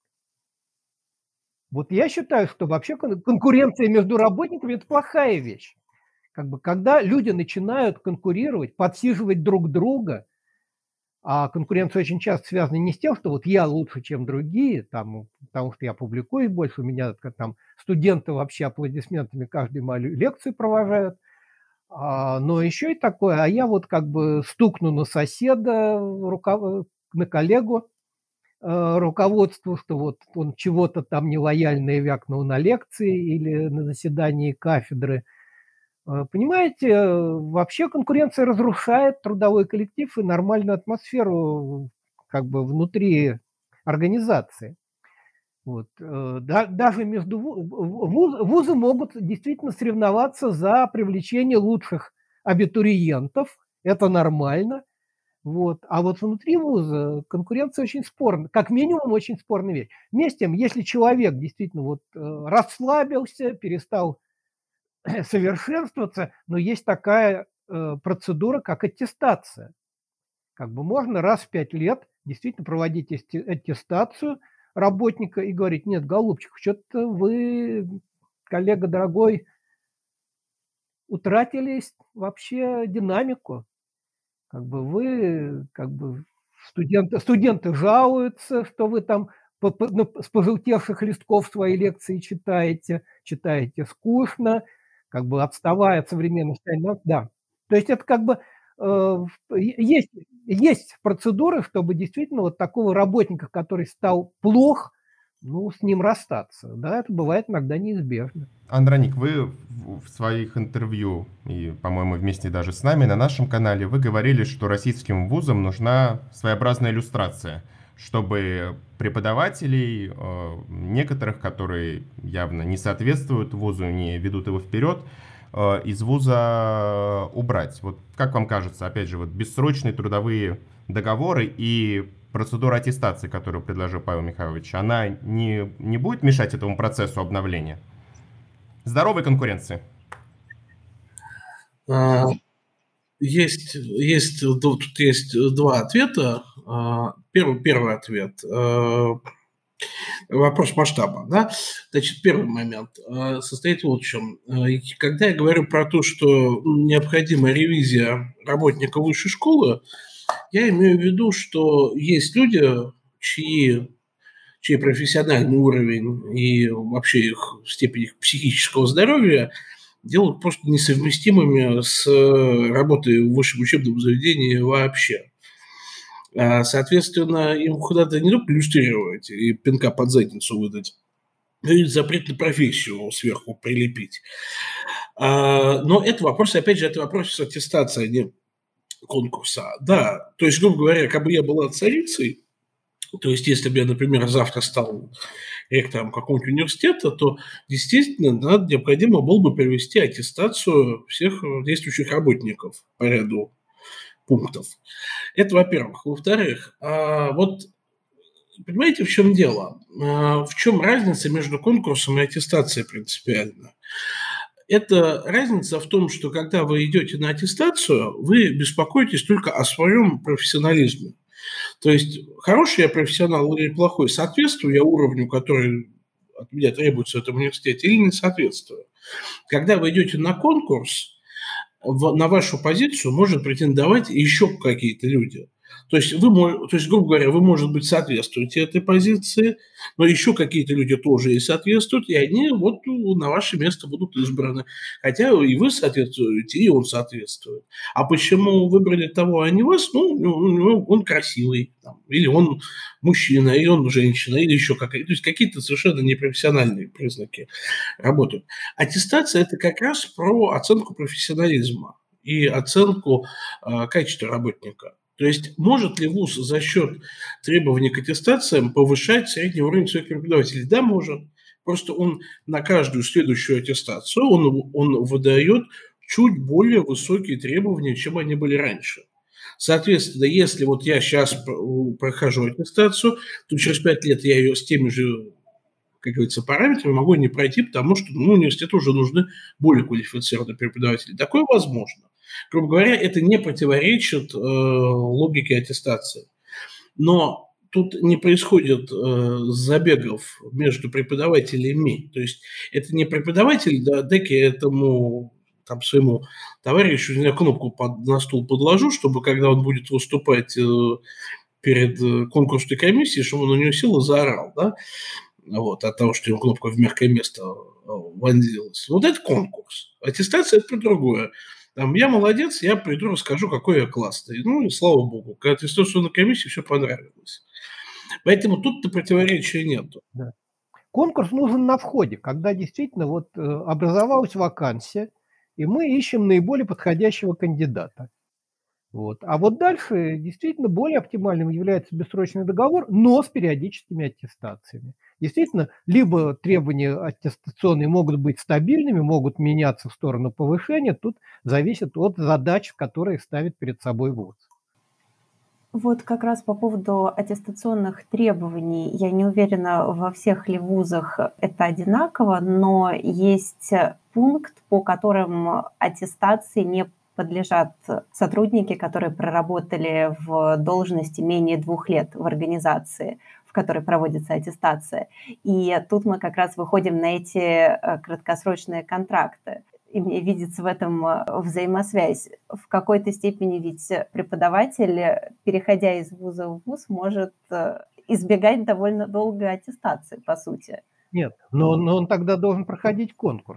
S3: Вот я считаю, что вообще конкуренция между работниками – это плохая вещь. Когда люди начинают конкурировать, подсиживать друг друга, а конкуренция очень часто связана не с тем, что вот я лучше, чем другие, потому что я публикую больше, у меня там студенты вообще аплодисментами каждую мою лекцию провожают, но еще и такое, а я вот стукну на соседа, на коллегу, руководству, что вот он чего-то там нелояльно вякнул на лекции или на заседании кафедры. Понимаете, вообще конкуренция разрушает трудовой коллектив и нормальную атмосферу внутри организации. Вот. Даже между вузы могут действительно соревноваться за привлечение лучших абитуриентов, это нормально. Вот. А вот внутри вуза конкуренция очень спорная, как минимум очень спорная вещь. Вместе с тем, если человек действительно расслабился, перестал совершенствоваться, но есть такая процедура, как аттестация. Можно раз в 5 лет действительно проводить аттестацию работника и говорить: нет, голубчик, что-то вы, коллега дорогой, утратили вообще динамику. Студенты жалуются, что вы там с пожелтевших листков свои лекции читаете скучно, отставая от современности. Да. То есть это есть процедуры, чтобы действительно вот такого работника, который стал плох, с ним расстаться. Да, это бывает иногда неизбежно.
S1: Андроник, вы в своих интервью, и, по-моему, вместе даже с нами на нашем канале, вы говорили, что российским вузам нужна своеобразная иллюстрация, чтобы преподавателей, некоторых, которые явно не соответствуют вузу, не ведут его вперед, из вуза убрать. Вот как вам кажется, опять же, бессрочные трудовые договоры и процедура аттестации, которую предложил Павел Михайлович, она не будет мешать этому процессу обновления? Здоровой конкуренции.
S4: Тут есть два ответа. Первый ответ. Вопрос масштаба. Да? Значит, первый момент состоит вот в чем. Когда я говорю про то, что необходима ревизия работника высшей школы, я имею в виду, что есть люди, чей профессиональный уровень и вообще их степень их психического здоровья делают просто несовместимыми с работой в высшем учебном заведении вообще. Соответственно, им куда-то не только иллюстрировать и пинка под задницу выдать, но и запрет на профессию сверху прилепить. Но это вопрос, опять же, это вопрос аттестации, а не конкурса. Да, то есть, грубо говоря, как бы я была царицей, то есть, если бы я, например, завтра стал ректором какого-нибудь университета, то, естественно, необходимо было бы провести аттестацию всех действующих работников по ряду пунктов. Это, во-первых. Во-вторых, понимаете, в чем дело? В чем разница между конкурсом и аттестацией принципиально? Это разница в том, что когда вы идете на аттестацию, вы беспокоитесь только о своем профессионализме. То есть, хороший я профессионал или плохой, соответствую я уровню, который от меня требуется в этом университете, или не соответствую. Когда вы идете на конкурс, на вашу позицию может претендовать еще какие-то люди. То есть грубо говоря, вы, может быть, соответствуете этой позиции, но еще какие-то люди тоже и соответствуют, и они вот на ваше место будут избраны. Хотя и вы соответствуете, и он соответствует. А почему выбрали того, а не вас? Он красивый, там, или он мужчина, или он женщина, или еще какие-то. То есть какие-то совершенно непрофессиональные признаки работают. Аттестация – это как раз про оценку профессионализма и оценку качества работника. То есть может ли вуз за счет требований к аттестациям повышать средний уровень своих преподавателей? Да, может. Просто он на каждую следующую аттестацию он выдает чуть более высокие требования, чем они были раньше. Соответственно, если вот я сейчас прохожу аттестацию, то через 5 лет я ее с теми же, как говорится, параметрами могу не пройти, потому что университету уже нужны более квалифицированные преподаватели. Такое возможно. Грубо говоря, это не противоречит логике аттестации. Но тут не происходит забегов между преподавателями. То есть это не преподаватель, да, дай-ка я этому своему товарищу, не знаю, кнопку на стул подложу, чтобы когда он будет выступать перед конкурсной комиссией, чтобы он у него сел и заорал, да, вот, от того, что ему кнопка в мягкое место вонзилась. Вот это конкурс. Аттестация – это про другое. Там, я молодец, я приду, расскажу, какой я классный. И слава богу, когда аттестационная комиссия, все понравилось. Поэтому тут-то противоречия нету.
S3: Да. Конкурс нужен на входе, когда действительно вот образовалась вакансия, и мы ищем наиболее подходящего кандидата. Вот. А вот дальше действительно более оптимальным является бессрочный договор, но с периодическими аттестациями. Действительно, либо требования аттестационные могут быть стабильными, могут меняться в сторону повышения, тут зависит от задач, которые ставит перед собой вуз.
S2: Вот как раз по поводу аттестационных требований. Я не уверена, во всех ли вузах это одинаково, но есть пункт, по которым аттестации не подлежат сотрудники, которые проработали в должности менее 2 лет в организации, в которой проводится аттестация. И тут мы как раз выходим на эти краткосрочные контракты. И мне видится в этом взаимосвязь. В какой-то степени ведь преподаватель, переходя из вуза в вуз, может избегать довольно долгой аттестации, по сути.
S3: Нет, но он тогда должен проходить конкурс.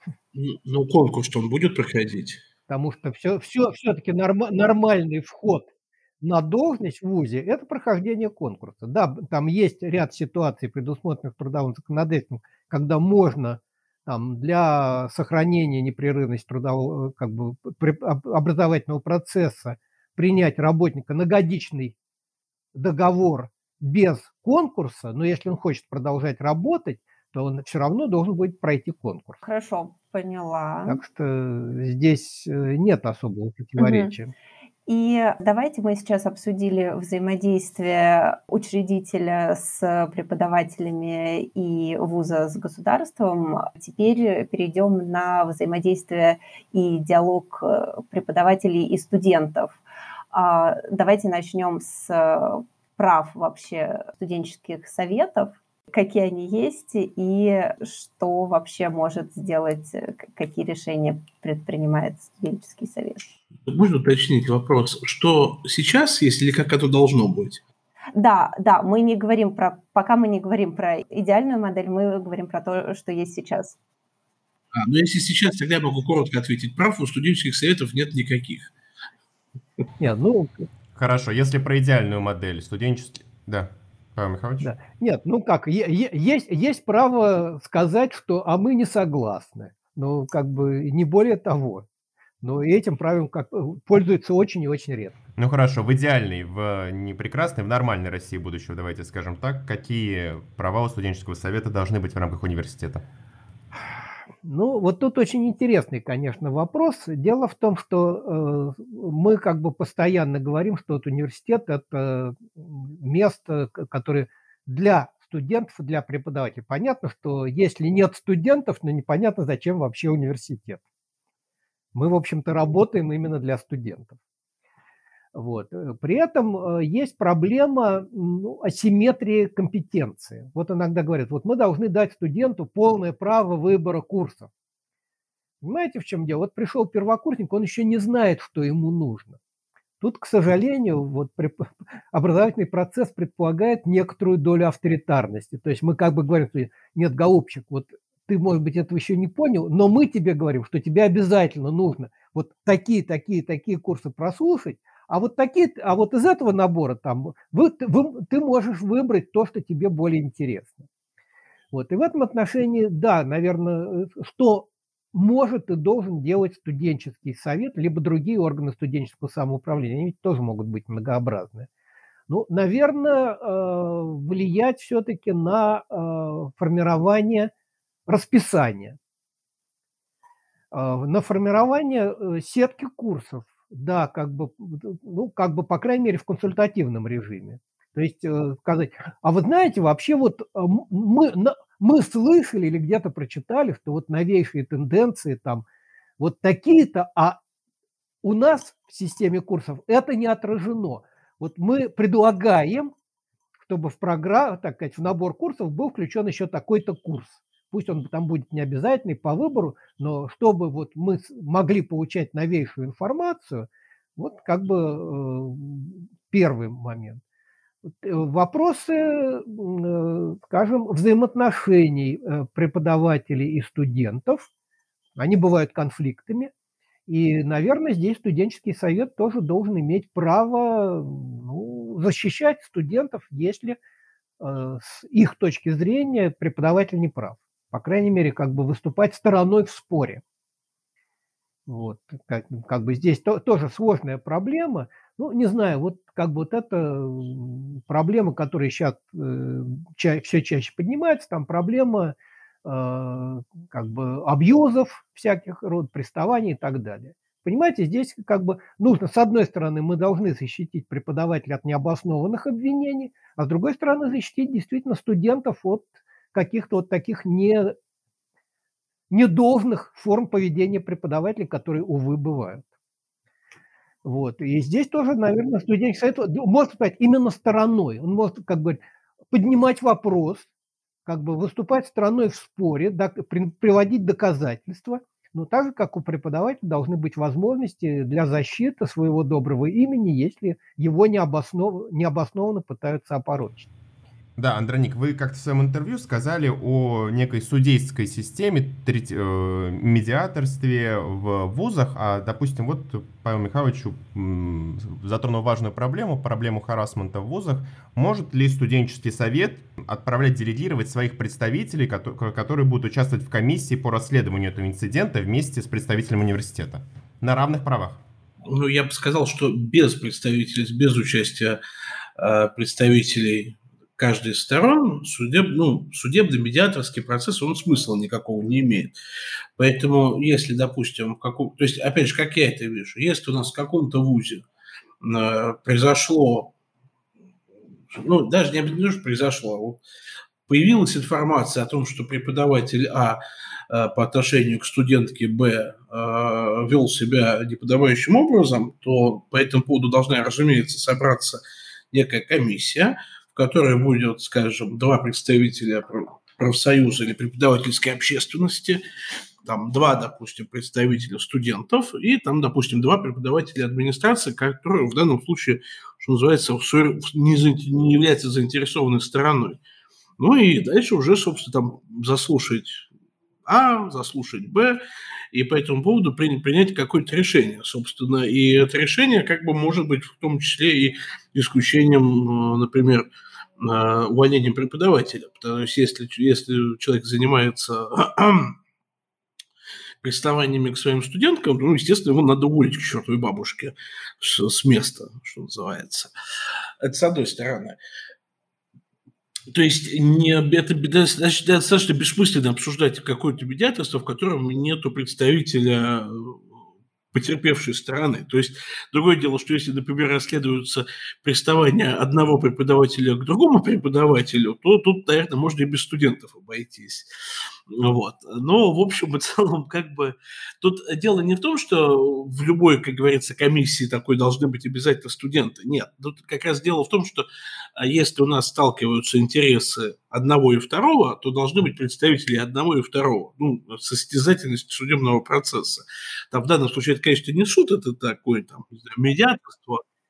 S4: Ну, конкурс-то он будет проходить.
S3: Потому что все-таки нормальный вход на должность в вузе – это прохождение конкурса. Да, там есть ряд ситуаций, предусмотренных трудовым законодательством, когда можно там, для сохранения непрерывности трудового, образовательного процесса принять работника на годичный договор без конкурса, но если он хочет продолжать работать, то он все равно должен будет пройти конкурс.
S2: Хорошо, поняла.
S3: Так что здесь нет особого противоречия.
S2: И давайте мы сейчас обсудили взаимодействие учредителя с преподавателями и вуза с государством. Теперь перейдем на взаимодействие и диалог преподавателей и студентов. Давайте начнем с прав вообще студенческих советов. Какие они есть и что вообще может сделать, какие решения предпринимает студенческий совет?
S4: Можно уточнить вопрос, что сейчас есть или как это должно быть?
S2: Да, мы не говорим пока мы не говорим про идеальную модель, мы говорим про то, что есть сейчас.
S4: Ну если сейчас, тогда я могу коротко ответить. Прав у студенческих советов нет никаких.
S3: Нет,
S1: Хорошо, если про идеальную модель студенческий... Да. Павел Михайлович?
S3: Да. Нет, есть право сказать, что «а мы не согласны». Ну, не более того. Но этим правилом пользуются очень и очень редко.
S1: Ну хорошо, в идеальной, в не прекрасной, в нормальной России будущего, давайте скажем так, какие права у студенческого совета должны быть в рамках университета?
S3: Ну, вот тут очень интересный, конечно, вопрос. Дело в том, что мы постоянно говорим, что университет – это место, которое для студентов и для преподавателей. Понятно, что если нет студентов, то непонятно, зачем вообще университет. Мы, в общем-то, работаем именно для студентов. Вот. При этом есть проблема асимметрии компетенции. Вот иногда говорят, вот мы должны дать студенту полное право выбора курсов. Понимаете, в чем дело? Вот пришел первокурсник, он еще не знает, что ему нужно. Тут, к сожалению, вот образовательный процесс предполагает некоторую долю авторитарности. То есть мы как бы говорим, что нет, голубчик, вот ты, может быть, этого еще не понял, но мы тебе говорим, что тебе обязательно нужно вот такие курсы прослушать, а вот из этого набора там ты можешь выбрать то, что тебе более интересно. Вот. И в этом отношении, да, наверное, что может и должен делать студенческий совет, либо другие органы студенческого самоуправления, они ведь тоже могут быть многообразны. Ну, наверное, влиять все-таки на формирование расписания, на формирование сетки курсов, да, по крайней мере, в консультативном режиме. То есть сказать, а вы знаете, вообще вот мы слышали или где-то прочитали, что вот новейшие тенденции там вот такие-то, а у нас в системе курсов это не отражено. Вот мы предлагаем, чтобы в программу, так сказать, в набор курсов был включен еще такой-то курс. Пусть он там будет не обязательный по выбору, но чтобы вот мы могли получать новейшую информацию, вот как бы первый момент. Вопросы, скажем, взаимоотношений преподавателей и студентов, они бывают конфликтами. И, наверное, здесь студенческий совет тоже должен иметь право защищать студентов, если с их точки зрения преподаватель не прав. По крайней мере, как бы выступать стороной в споре. Вот, как бы здесь тоже сложная проблема. Ну, не знаю, вот как бы вот это проблема, которая сейчас все чаще поднимается, там проблема как бы абьюзов всяких род, приставаний и так далее. Понимаете, здесь как бы нужно, с одной стороны, мы должны защитить преподавателя от необоснованных обвинений, а с другой стороны, защитить действительно студентов от каких-то вот таких недолжных форм поведения преподавателей, которые, увы, бывают. Вот. И здесь тоже, наверное, студенческий совет может стать именно стороной. Он может как бы поднимать вопрос, как бы выступать стороной в споре, приводить доказательства, но так же, как у преподавателя, должны быть возможности для защиты своего доброго имени, если его необоснованно пытаются опорочить.
S1: Да, Андроник, вы как-то в своем интервью сказали о некой судейской системе, медиаторстве в вузах, а, допустим, вот Павел Михайлович затронул важную проблему харассмента в вузах. Может ли студенческий совет отправлять, делегировать своих представителей, которые будут участвовать в комиссии по расследованию этого инцидента вместе с представителем университета на равных правах?
S4: Ну, я бы сказал, что без представителей, без участия представителей каждой из сторон судебно-медиаторский процесс, он смысла никакого не имеет. Поэтому, если, допустим, то есть, опять же, как я это вижу, если у нас в каком-то вузе произошло, даже не обязательно, что произошло, вот появилась информация о том, что преподаватель А по отношению к студентке Б вел себя неподобающим образом, то по этому поводу должна, разумеется, собраться некая комиссия, в которой будет, скажем, 2 представителя профсоюза или преподавательской общественности, там 2, допустим, представителя студентов и там, допустим, 2 преподавателя администрации, которые в данном случае, что называется, не являются заинтересованной стороной. Ну и дальше уже, собственно, там заслушать А, заслушать Б, и по этому поводу принять какое-то решение, собственно. И это решение как бы может быть в том числе и исключением, например, увольнением преподавателя. Потому что если человек занимается приставаниями к своим студенткам, естественно, его надо уволить к чертовой бабушке с места, что называется. Это с одной стороны. То есть это достаточно бессмысленно обсуждать какое-то медиаторство, в котором нет представителя потерпевшей стороны. То есть другое дело, что если, например, расследуются приставания одного преподавателя к другому преподавателю, то тут, наверное, можно и без студентов обойтись. Вот. Но, в общем и целом, как бы тут дело не в том, что в любой, как говорится, комиссии такой должны быть обязательно студенты. Нет. Тут как раз дело в том, что если у нас сталкиваются интересы одного и второго, то должны быть представители одного и второго, состязательность судебного процесса. Там в данном случае это, конечно, не суд, это такое там, медиаторство.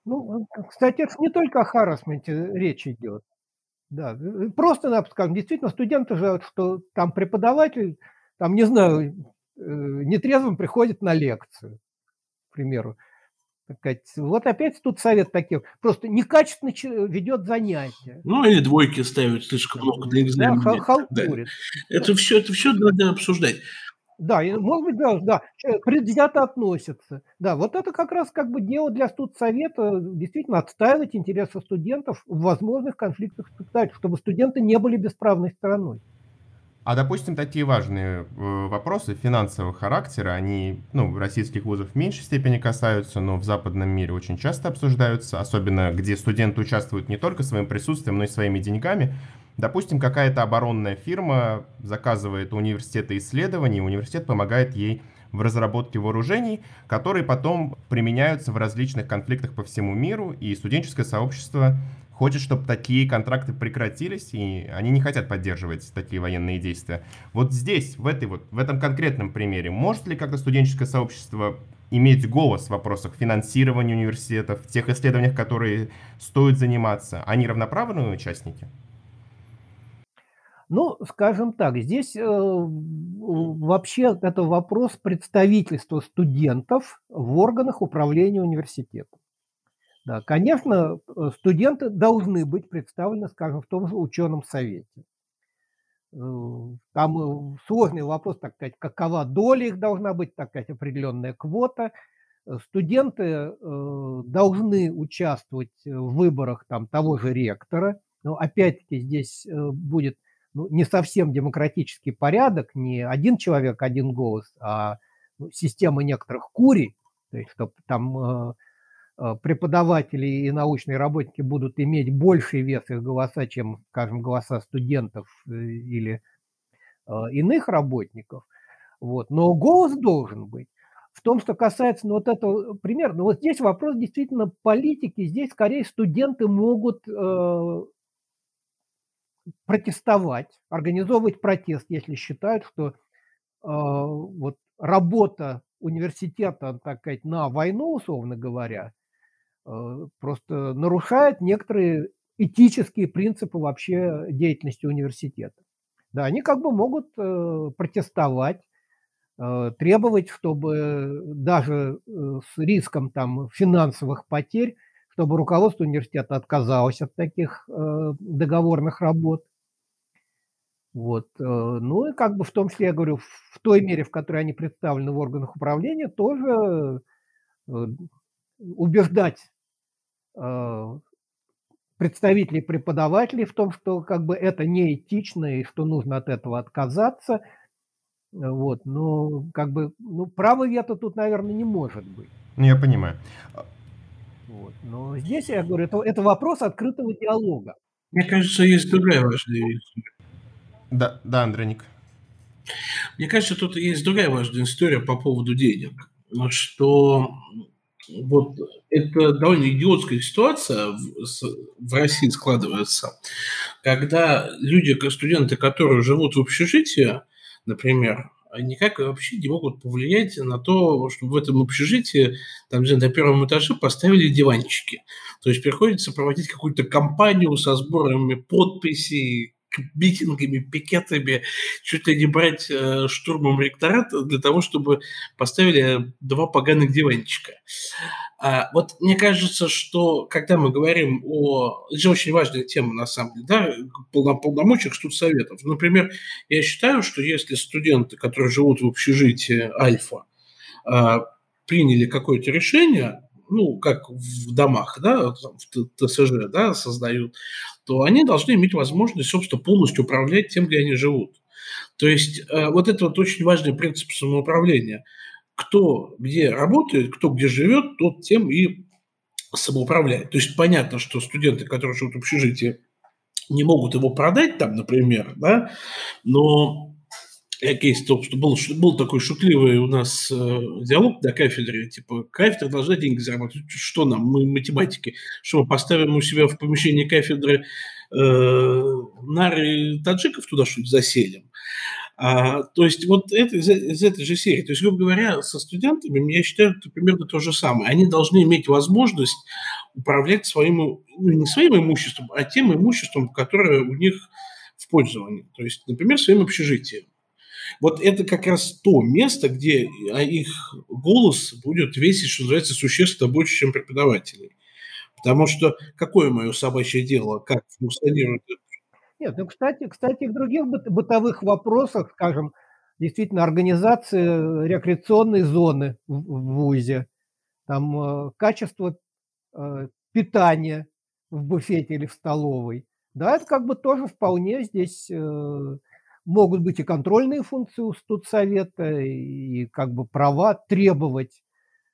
S3: Ну, кстати, это не только о харассменте речь идет. Да, просто, скажем, действительно, студенты же, что там преподаватель, там, не знаю, нетрезвым приходит на лекцию, к примеру. Так сказать. Вот опять тут совет таких. Просто некачественно ведет занятия.
S4: Ну, или двойки ставят слишком много для
S3: Да,
S4: экзамена и так далее.
S3: халтурит.
S4: Это все надо обсуждать.
S3: Да, и, может быть, да, предвзято относятся. Да, вот это как раз как бы дело для студсовета, действительно отстаивать интересы студентов в возможных конфликтах с преподавателем, чтобы студенты не были бесправной стороной.
S1: А, допустим, такие важные вопросы финансового характера, они, российских вузов в меньшей степени касаются, но в западном мире очень часто обсуждаются, особенно где студенты участвуют не только своим присутствием, но и своими деньгами. Допустим, какая-то оборонная фирма заказывает у университета исследования, и университет помогает ей в разработке вооружений, которые потом применяются в различных конфликтах по всему миру, и студенческое сообщество хочет, чтобы такие контракты прекратились, и они не хотят поддерживать такие военные действия. Вот здесь, в этом конкретном примере, может ли как-то студенческое сообщество иметь голос в вопросах финансирования университетов, в тех исследованиях, которые стоит заниматься? Они равноправные участники?
S3: Ну, скажем так, здесь вообще это вопрос представительства студентов в органах управления университетом. Да, конечно, студенты должны быть представлены, скажем, в том же ученом совете. Там сложный вопрос, так сказать, какова доля их должна быть, так сказать, определенная квота. Студенты должны участвовать в выборах там, того же ректора. Но опять-таки здесь будет не совсем демократический порядок, не один человек, один голос, а система некоторых курий, то есть чтобы там преподаватели и научные работники будут иметь больший вес их голоса, чем, скажем, голоса студентов или иных работников. Вот. Но голос должен быть. В том, что касается вот этого примера, вот здесь вопрос действительно политики, здесь скорее студенты могут протестовать, организовывать протест, если считают, что вот работа университета, так сказать, на войну, условно говоря, просто нарушает некоторые этические принципы вообще деятельности университета. Да, они как бы могут протестовать, требовать, чтобы даже с риском там финансовых потерь, чтобы руководство университета отказалось от таких договорных работ. Вот. Ну и как бы в том числе, я говорю, в той мере, в которой они представлены в органах управления, тоже убеждать представителей преподавателей в том, что как бы это неэтично и что нужно от этого отказаться. Вот. Но как бы права вето тут, наверное, не может быть.
S1: Я понимаю.
S3: Вот. Но здесь, я говорю, это вопрос открытого диалога.
S4: Мне кажется, есть другая важная история.
S1: Да, Андроник.
S4: Мне кажется, тут есть другая важная история по поводу денег. Что вот это довольно идиотская ситуация в России складывается, когда люди, студенты, которые живут в общежитии, например, никак вообще не могут повлиять на то, чтобы в этом общежитии, там, на первом этаже поставили диванчики. То есть приходится проводить какую-то кампанию со сборами подписей, митингами, пикетами, чуть ли не брать штурмом ректорат для того, чтобы поставили 2 поганых диванчика. Вот мне кажется, что когда мы говорим это же очень важная тема, на самом деле, да, полномочиях студсоветов. Например, я считаю, что если студенты, которые живут в общежитии Альфа, приняли какое-то решение, как в домах, да, в ТСЖ, да, создают, то они должны иметь возможность, собственно, полностью управлять тем, где они живут. То есть вот это вот очень важный принцип самоуправления. Кто где работает, кто где живет, тот тем и самоуправляет. То есть понятно, что студенты, которые живут в общежитии, не могут его продать там, например, да, но кейс, что был такой шутливый у нас диалог на кафедре, типа, кафедра должна деньги зарабатывать. Что нам, мы математики, что мы поставим у себя в помещении кафедры нары таджиков туда что-то заселим. То есть вот это из этой же серии. То есть, грубо говоря, со студентами, я считаю, это примерно то же самое. Они должны иметь возможность управлять своим, ну, не своим имуществом, а тем имуществом, которое у них в пользовании. То есть, например, своим общежитием. Вот это как раз то место, где их голос будет весить, что называется, существенно больше, чем преподавателей. Потому что какое мое собачье дело, как функционирует это?
S3: Нет, ну, кстати, и в других бытовых вопросах, скажем, действительно организация рекреационной зоны в вузе, там, качество, питания в буфете или в столовой. Да, это как бы тоже вполне здесь, могут быть и контрольные функции у студсовета, и как бы права требовать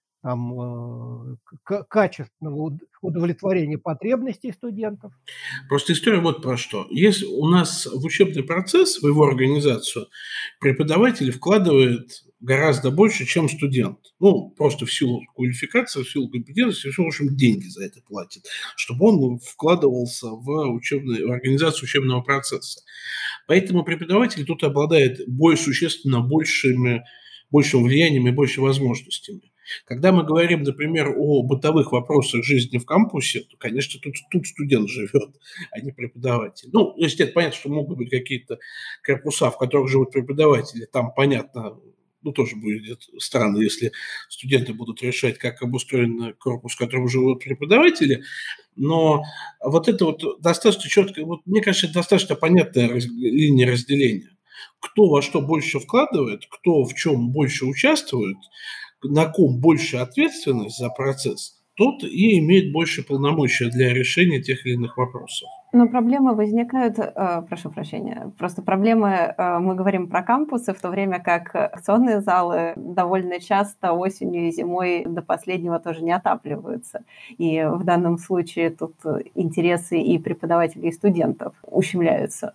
S3: там, качественного удовлетворения потребностей студентов.
S4: Просто история вот про что. Если у нас в учебный процесс, в его организацию, преподаватель вкладывает гораздо больше, чем студент. Ну, просто в силу квалификации, в силу компетенции, в общем, деньги за это платит, чтобы он вкладывался в в организацию учебного процесса. Поэтому преподаватель тут обладает существенно большим влиянием и большими возможностями. Когда мы говорим, например, о бытовых вопросах жизни в кампусе, то, конечно, тут студент живет, а не преподаватель. Ну, если это понятно, что могут быть какие-то корпуса, в которых живут преподаватели, там, понятно, ну, тоже будет странно, если студенты будут решать, как обустроен корпус, в котором живут преподаватели, но вот это вот достаточно четко, вот, мне кажется, это достаточно понятная линия разделения. Кто во что больше вкладывает, кто в чем больше участвует, на ком больше ответственность за процесс, тот и имеет больше полномочия для решения тех или иных вопросов.
S2: Но проблемы возникают, прошу прощения, просто проблемы, мы говорим про кампусы, в то время как акционные залы довольно часто осенью и зимой до последнего тоже не отапливаются. И в данном случае тут интересы и преподавателей, и студентов ущемляются.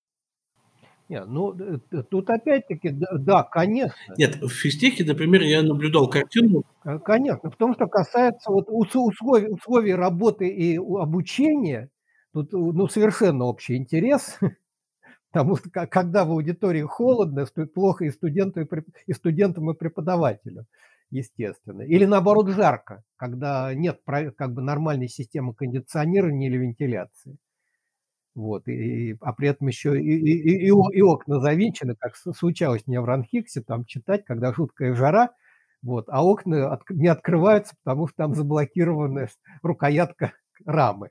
S3: Не, ну, тут опять-таки, да, конечно.
S4: Нет, в физтехе, например, я наблюдал картину.
S3: Конечно. В том, что касается вот условий работы и обучения, тут, ну, совершенно общий интерес, потому что когда в аудитории холодно, плохо и студентам, и преподавателю, естественно. Или наоборот жарко, когда нет как бы нормальной системы кондиционирования или вентиляции. Вот, а при этом еще и окна завинчены, как случалось мне в РАНХИКСе, там читать, когда жуткая жара, вот, а окна не открываются, потому что там заблокирована рукоятка рамы.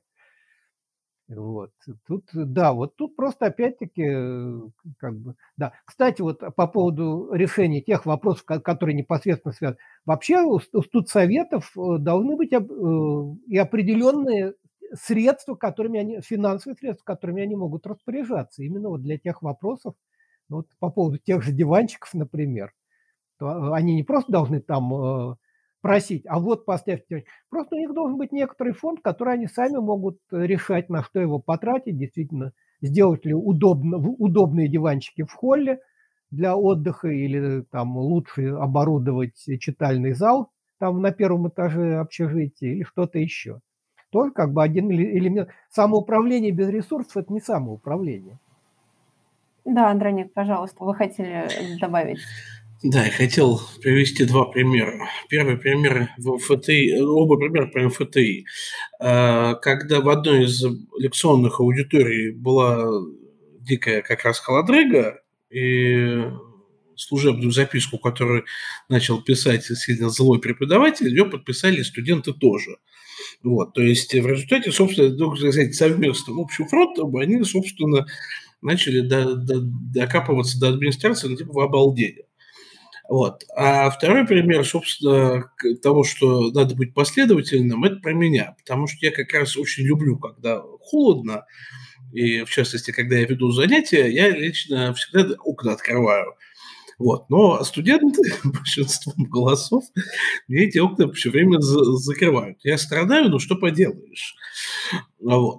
S3: Вот. Тут, да, вот тут просто опять-таки, как бы, да. Кстати, вот по поводу решения тех вопросов, которые непосредственно связаны. Вообще у студсоветов должны быть и определенные средства, финансовые средства, которыми они могут распоряжаться. Именно вот для тех вопросов, вот по поводу тех же диванчиков, например, то они не просто должны там просить, а вот поставьте. Просто у них должен быть некоторый фонд, который они сами могут решать, на что его потратить, действительно, сделать ли удобные диванчики в холле для отдыха или там лучше оборудовать читальный зал там на первом этаже общежития или что-то еще. Тоже как бы один элемент. Самоуправление без ресурсов – это не самоуправление.
S2: Да, Андроник, пожалуйста, вы хотели добавить?
S4: Да, я хотел привести два примера. Первый пример в МФТИ, оба примера про МФТИ. Когда в одной из лекционных аудиторий была дикая как раз холодрыга, и служебную записку, которую начал писать сильно злой преподаватель, ее подписали студенты тоже. Вот, то есть в результате, собственно, так сказать, совместным общим фронтом они, собственно, начали докапываться до администрации, ну, типа, в обалдение. Вот. А второй пример, собственно, того, что надо быть последовательным, это про меня. Потому что я как раз очень люблю, когда холодно, и в частности, когда я веду занятия, я лично всегда окна открываю. Вот. Но студенты большинством голосов мне эти окна все время закрывают. Я страдаю, но что поделаешь. Вот.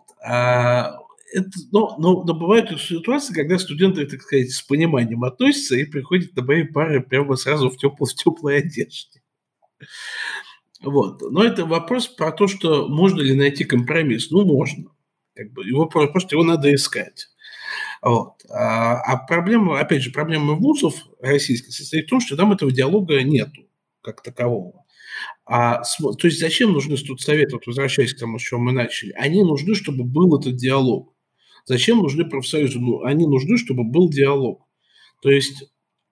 S4: Но бывают ситуации, когда студенты, так сказать, с пониманием относятся и приходят на мои пары прямо сразу в теплой одежде. Вот. Но это вопрос про то, что можно ли найти компромисс. Ну, можно. Просто его надо искать. Вот. А проблема, опять же, проблема вузов российских состоит в том, что там этого диалога нету как такового. То есть зачем нужны студсоветы, вот возвращаясь к тому, с чего мы начали? Они нужны, чтобы был этот диалог. Зачем нужны профсоюзы? Ну, они нужны, чтобы был диалог. То есть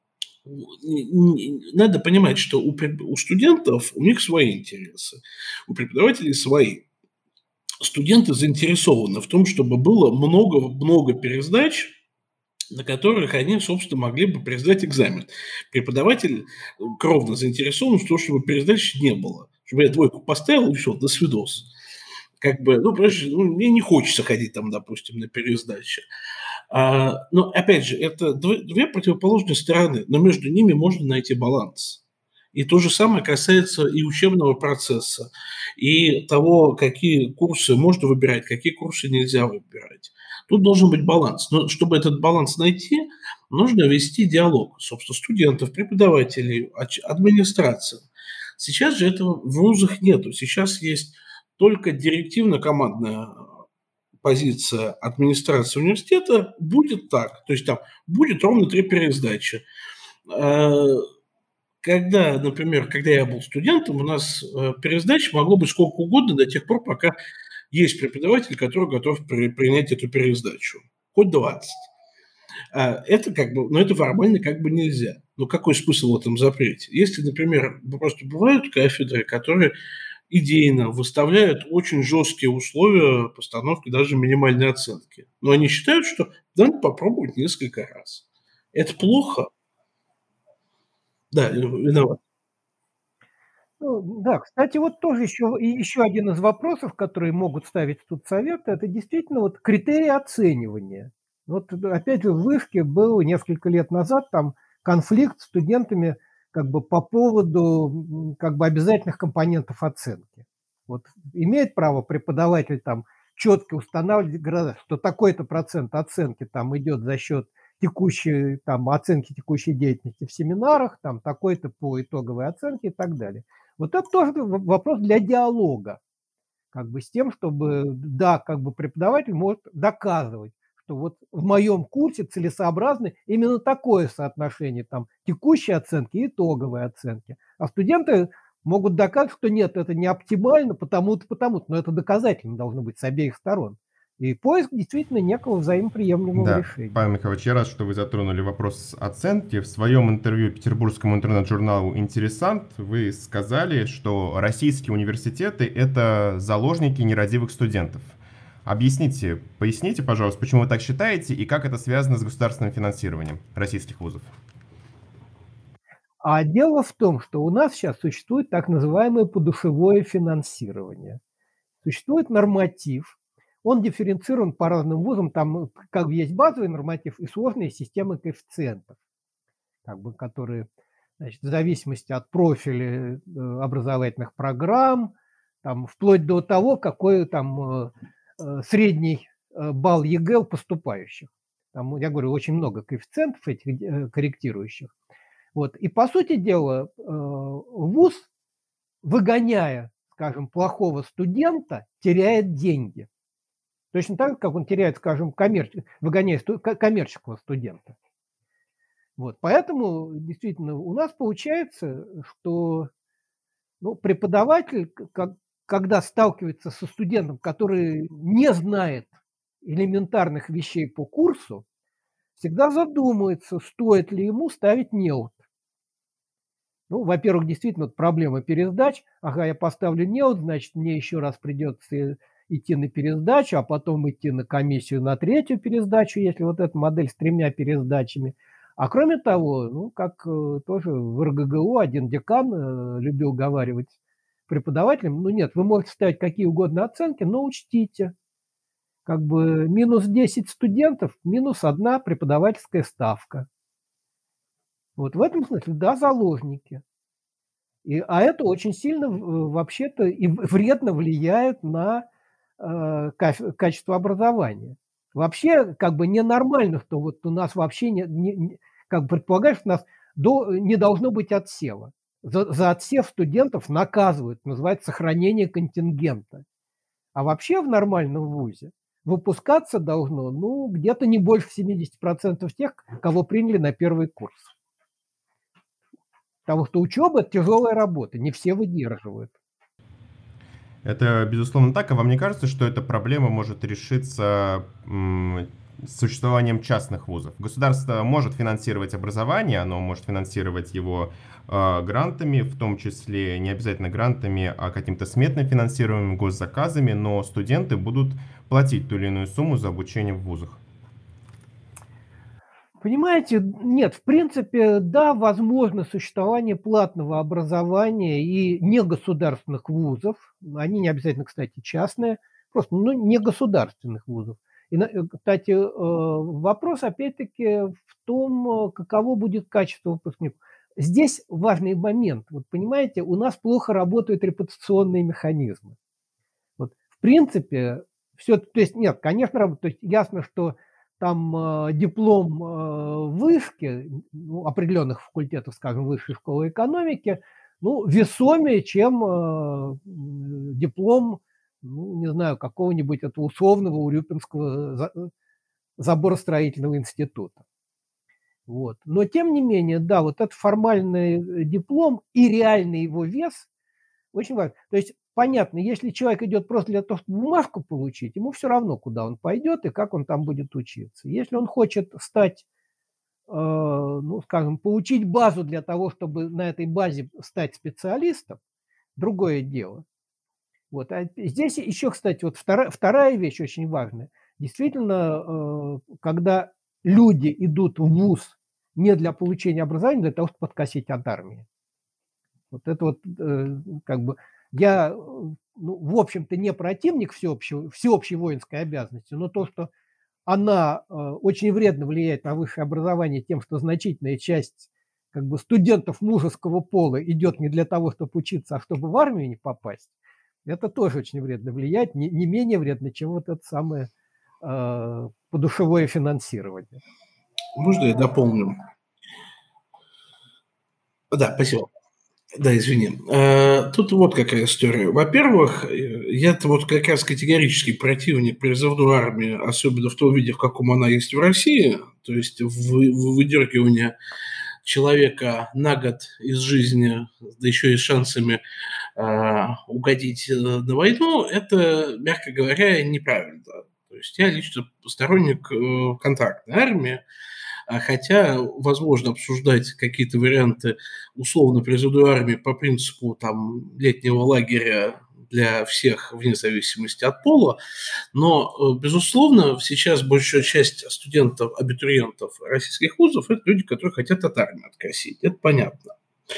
S4: надо понимать, что у студентов, у них свои интересы, у преподавателей свои. Студенты заинтересованы в том, чтобы было много пересдач, на которых они, собственно, могли бы пересдать экзамен. Преподаватель кровно заинтересован в том, чтобы пересдач не было. Чтобы я двойку поставил, и все, до свидос. Понимаешь, мне не хочется ходить там, допустим, на пересдачи. Но, опять же, это две противоположные стороны, но между ними можно найти баланс. И то же самое касается и учебного процесса, и того, какие курсы можно выбирать, какие курсы нельзя выбирать. Тут должен быть баланс. Но чтобы этот баланс найти, нужно вести диалог, собственно, студентов, преподавателей, администрации. Сейчас же этого в вузах нету. Сейчас есть только директивно-командная позиция администрации университета. Будет так. То есть там будет ровно 3 пересдачи. Когда я был студентом, у нас пересдач могло быть сколько угодно до тех пор, пока есть преподаватель, который готов принять эту пересдачу. Хоть 20. Это это формально нельзя. Но какой смысл в этом запрете? Если, например, просто бывают кафедры, которые идейно выставляют очень жесткие условия постановки даже минимальной оценки. Но они считают, что надо попробовать несколько раз. Это плохо? Да, виноват.
S3: Да, кстати, вот тоже еще один из вопросов, которые могут ставить студсоветы, это действительно вот критерии оценивания. Вот опять же в Вышке был несколько лет назад там конфликт с студентами по поводу обязательных компонентов оценки. Вот имеет право преподаватель там четко устанавливать, что такой-то процент оценки там идет за счет оценки текущей деятельности в семинарах, там такой-то по итоговой оценке и так далее. Вот это тоже вопрос для диалога, с тем, чтобы, преподаватель может доказывать, что вот в моем курсе целесообразно именно такое соотношение текущей оценки и итоговой оценки. А студенты могут доказать, что нет, это не оптимально, потому-то, но это доказательно должно быть с обеих сторон. И поиск действительно некого взаимоприемлемого решения.
S1: Павел Михайлович, я рад, что вы затронули вопрос оценки. В своем интервью петербургскому интернет-журналу «Интересант» вы сказали, что российские университеты – это заложники нерадивых студентов. Поясните, пожалуйста, почему вы так считаете и как это связано с государственным финансированием российских вузов?
S3: А дело в том, что у нас сейчас существует так называемое подушевое финансирование. Существует норматив, он дифференцирован по разным вузам, там есть базовый норматив и сложные системы коэффициентов, которые, в зависимости от профиля образовательных программ, вплоть до того, какой средний балл ЕГЭ у поступающих. Я говорю, очень много коэффициентов этих корректирующих. Вот. И, по сути дела, вуз, выгоняя, плохого студента, теряет деньги. Точно так же, как он теряет, выгоняя коммерческого студента. Вот. Поэтому, действительно, у нас получается, что преподаватель, когда сталкивается со студентом, который не знает элементарных вещей по курсу, всегда задумывается, стоит ли ему ставить неуд. Во-первых, действительно, проблема пересдач. Ага, я поставлю неуд, значит, мне еще раз придется идти на пересдачу, а потом идти на комиссию на 3-ю пересдачу, если вот эта модель с 3 пересдачами. А кроме того, тоже в РГГУ один декан любил говаривать преподавателям, нет, вы можете ставить какие угодно оценки, но учтите, минус 10 студентов, минус 1 преподавательская ставка. Вот в этом смысле, да, заложники. А это очень сильно вообще-то и вредно влияет на качество образования. Вообще, ненормально, что вот у нас вообще предполагаешь, что у нас не должно быть отсева. За отсев студентов наказывают, называется сохранение контингента. А вообще в нормальном вузе выпускаться должно, ну, где-то не больше 70% тех, кого приняли на первый курс. Потому что учеба – это тяжелая работа, не все выдерживают.
S1: Это, безусловно, так. А вам не кажется, что эта проблема может решиться существованием частных вузов? Государство может финансировать образование, оно может финансировать его грантами, в том числе не обязательно грантами, а каким-то сметным финансированием, госзаказами, но студенты будут платить ту или иную сумму за обучение в вузах.
S3: Понимаете, нет, в принципе, да, возможно существование платного образования и негосударственных вузов, они не обязательно, кстати, частные, просто негосударственных вузов. И, кстати, вопрос, опять-таки, в том, каково будет качество выпускников. Здесь важный момент. Вот понимаете, у нас плохо работают репутационные механизмы. Вот, в принципе, все, то есть нет, конечно, то есть ясно, что там диплом вышки, ну, определенных факультетов, скажем, высшей школы экономики, ну, весомее, чем диплом, ну, не знаю, какого-нибудь этого условного Урюпинского заборостроительного института. Вот. Но, тем не менее, да, вот этот формальный диплом и реальный его вес очень важен. То есть, понятно, если человек идет просто для того, чтобы бумажку получить, ему все равно, куда он пойдет и как он там будет учиться. Если он хочет стать, ну, скажем, получить базу для того, чтобы на этой базе стать специалистом, другое дело. Вот. А здесь еще, кстати, вот вторая вещь очень важная. Действительно, когда люди идут в вуз не для получения образования, а для того, чтобы подкосить от армии. Вот это вот как бы я, ну, в общем-то, не противник всеобщей воинской обязанности, но то, что она очень вредно влияет на высшее образование тем, что значительная часть как бы студентов мужеского пола идет не для того, чтобы учиться, а чтобы в армию не попасть, это тоже очень вредно влияет, не менее вредно, чем вот это самое подушевое финансирование.
S4: Можно я дополню? Да, спасибо. Да, извини. Тут вот какая история. Во-первых, я-то вот как раз категорический противник призывной армии, особенно в том виде, в каком она есть в России, то есть в выдергивание человека на год из жизни, да еще и с шансами угодить на войну, это, мягко говоря, неправильно. То есть я лично сторонник контрактной армии, хотя возможно обсуждать какие-то варианты условно призывной армии по принципу там летнего лагеря для всех вне зависимости от пола, но, безусловно, сейчас большая часть студентов, абитуриентов российских вузов – это люди, которые хотят от армии откосить, это понятно.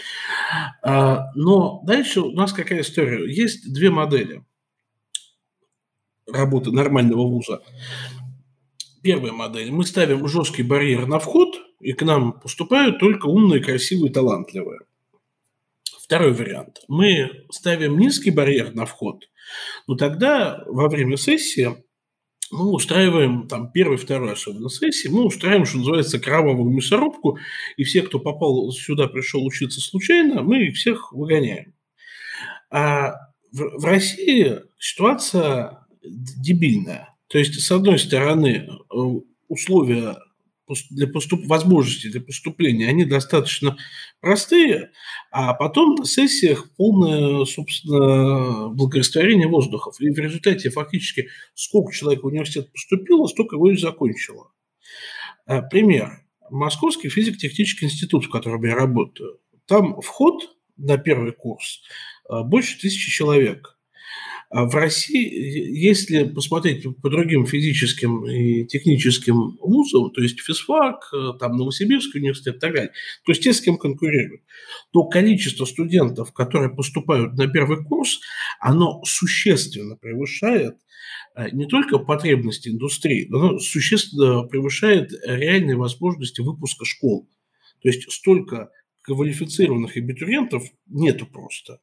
S4: Но дальше у нас какая история? Есть две модели работы нормального вуза. Первая модель. Мы ставим жесткий барьер на вход, и к нам поступают только умные, красивые, талантливые. Второй вариант. Мы ставим низкий барьер на вход, но тогда во время сессии мы устраиваем, там, первой, второй особенно сессии, мы устраиваем, что называется, кровавую мясорубку, и все, кто попал сюда, пришел учиться случайно, мы их всех выгоняем. А в России ситуация дебильная. То есть, с одной стороны, условия для возможности для поступления, они достаточно простые, а потом на сессиях полное, собственно, благорастворение воздухов. И в результате фактически сколько человек в университет поступило, столько его и закончило. Пример. Московский физико-технический институт, в котором я работаю. Там вход на первый курс больше 1000 человек. В России, если посмотреть по другим физическим и техническим вузам, то есть физфак, там Новосибирский университет и так далее, то есть те, с кем конкурируют, то количество студентов, которые поступают на первый курс, оно существенно превышает не только потребности индустрии, но оно существенно превышает реальные возможности выпуска школ. То есть столько квалифицированных абитуриентов нету просто.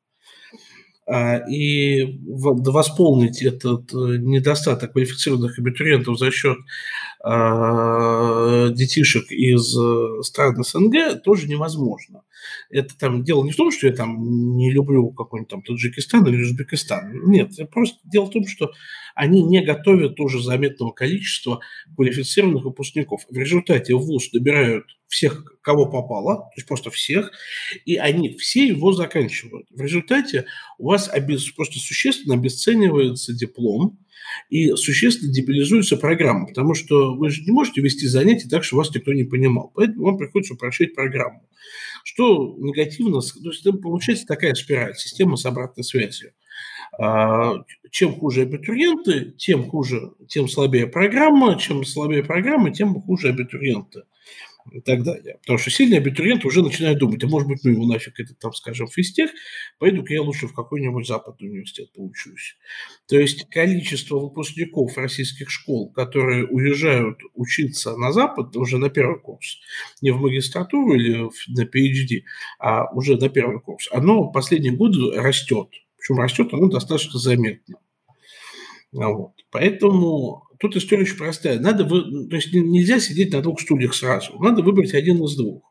S4: И восполнить этот недостаток квалифицированных абитуриентов за счет детишек из стран СНГ тоже невозможно. Это там дело не в том, что я там не люблю какой-нибудь там Таджикистан или Узбекистан. Нет, просто дело в том, что они не готовят тоже заметного количества квалифицированных выпускников. В результате в ВУЗ добирают всех, кого попало, то есть просто всех, и они все его заканчивают. В результате у вас просто существенно обесценивается диплом, и существенно дебилизуется программа, потому что вы же не можете вести занятия так, что вас никто не понимал. Поэтому вам приходится упрощать программу. Что негативно, то есть получается такая спираль, система с обратной связью. Чем хуже абитуриенты, тем слабее программа, чем слабее программа, тем хуже абитуриенты. И так далее. Потому что сильный абитуриент уже начинает думать, а может быть, ну его нафиг этот, там, скажем, физтех, пойду-ка я лучше в какой-нибудь западный университет поучусь. То есть количество выпускников российских школ, которые уезжают учиться на Запад уже на первый курс, не в магистратуру или на PhD, а уже на первый курс, оно в последние годы растет. Причем растет оно достаточно заметно. Вот. Поэтому тут история очень простая. То есть нельзя сидеть на двух стульях сразу. Надо выбрать один из двух.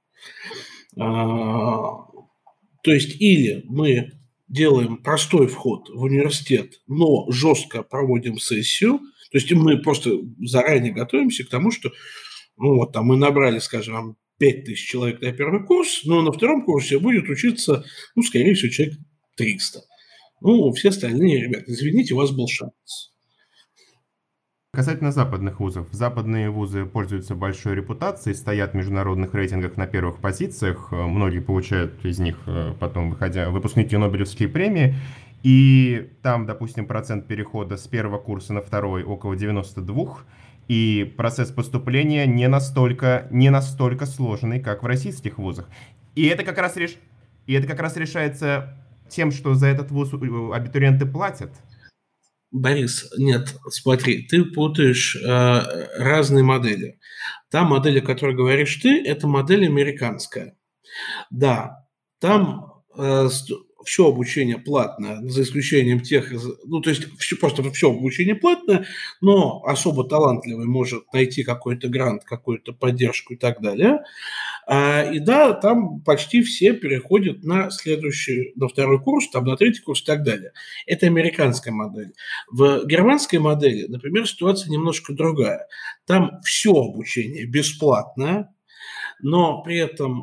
S4: То есть или мы делаем простой вход в университет, но жестко проводим сессию. То есть мы просто заранее готовимся к тому, что мы набрали, скажем, 5000 человек на первый курс, но на втором курсе будет учиться, скорее всего, человек 300. Все остальные, ребята, извините, у вас был шанс.
S1: Касательно западных вузов. Западные вузы пользуются большой репутацией, стоят в международных рейтингах на первых позициях. Многие получают из них потом, выпускники Нобелевские премии. И там, допустим, процент перехода с первого курса на второй около 92. И процесс поступления не настолько сложный, как в российских вузах. И это как раз решается тем, что за этот вуз абитуриенты платят.
S4: Борис, нет, смотри, ты путаешь разные модели. Та модель, о которой говоришь ты, это модель американская. Да, там все обучение платное, за исключением тех, то есть просто все обучение платное, но особо талантливый может найти какой-то грант, какую-то поддержку и так далее. И да, там почти все переходят на второй курс, там на третий курс и так далее. Это американская модель. В германской модели, например, ситуация немножко другая. Там все обучение бесплатное, но при этом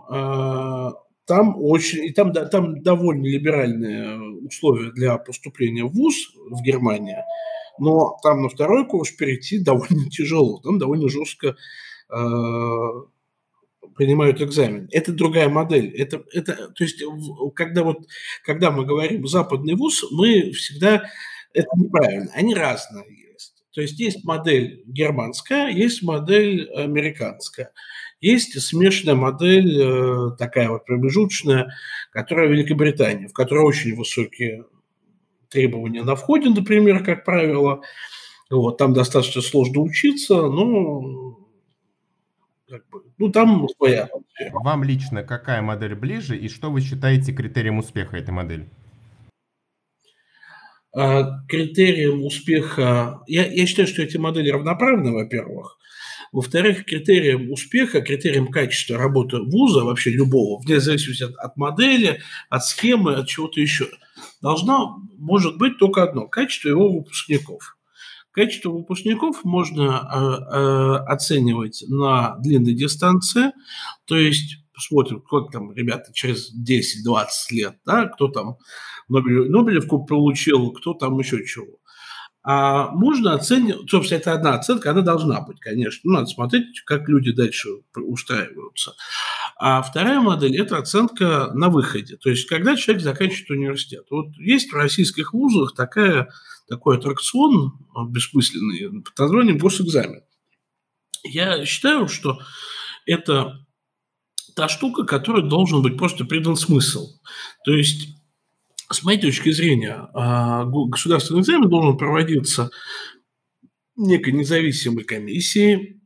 S4: там довольно либеральные условия для поступления в вуз в Германии, но там на второй курс перейти довольно тяжело, там довольно жестко принимают экзамен. Это другая модель. То есть, когда мы говорим западный вуз, мы всегда... Это неправильно. Они разные есть. То есть, есть модель германская, есть модель американская. Есть смешанная модель, такая вот промежуточная, которая в Великобритании, в которой очень высокие требования на входе, например, как правило. Там достаточно сложно учиться, но там своя.
S1: Вам лично какая модель ближе и что вы считаете критерием успеха этой модели?
S4: Критерием успеха... Я считаю, что эти модели равноправны, во-первых. Во-вторых, критерием успеха, критерием качества работы вуза, вообще любого, вне зависимости от модели, от схемы, от чего-то еще, может быть только одно – качество его выпускников. Качество выпускников можно оценивать на длинной дистанции, то есть посмотрим, кто там, ребята, через 10-20 лет, да, кто там Нобелевку получил, кто там еще чего. А можно оценивать, собственно, это одна оценка, она должна быть, конечно. Надо смотреть, как люди дальше устраиваются. А вторая модель – это оценка на выходе. То есть, когда человек заканчивает университет. Есть в российских вузах такой аттракцион бессмысленный под названием госэкзамен. Я считаю, что это та штука, которой должен быть просто придан смысл. То есть, с моей точки зрения, государственный экзамен должен проводиться некой независимой комиссией,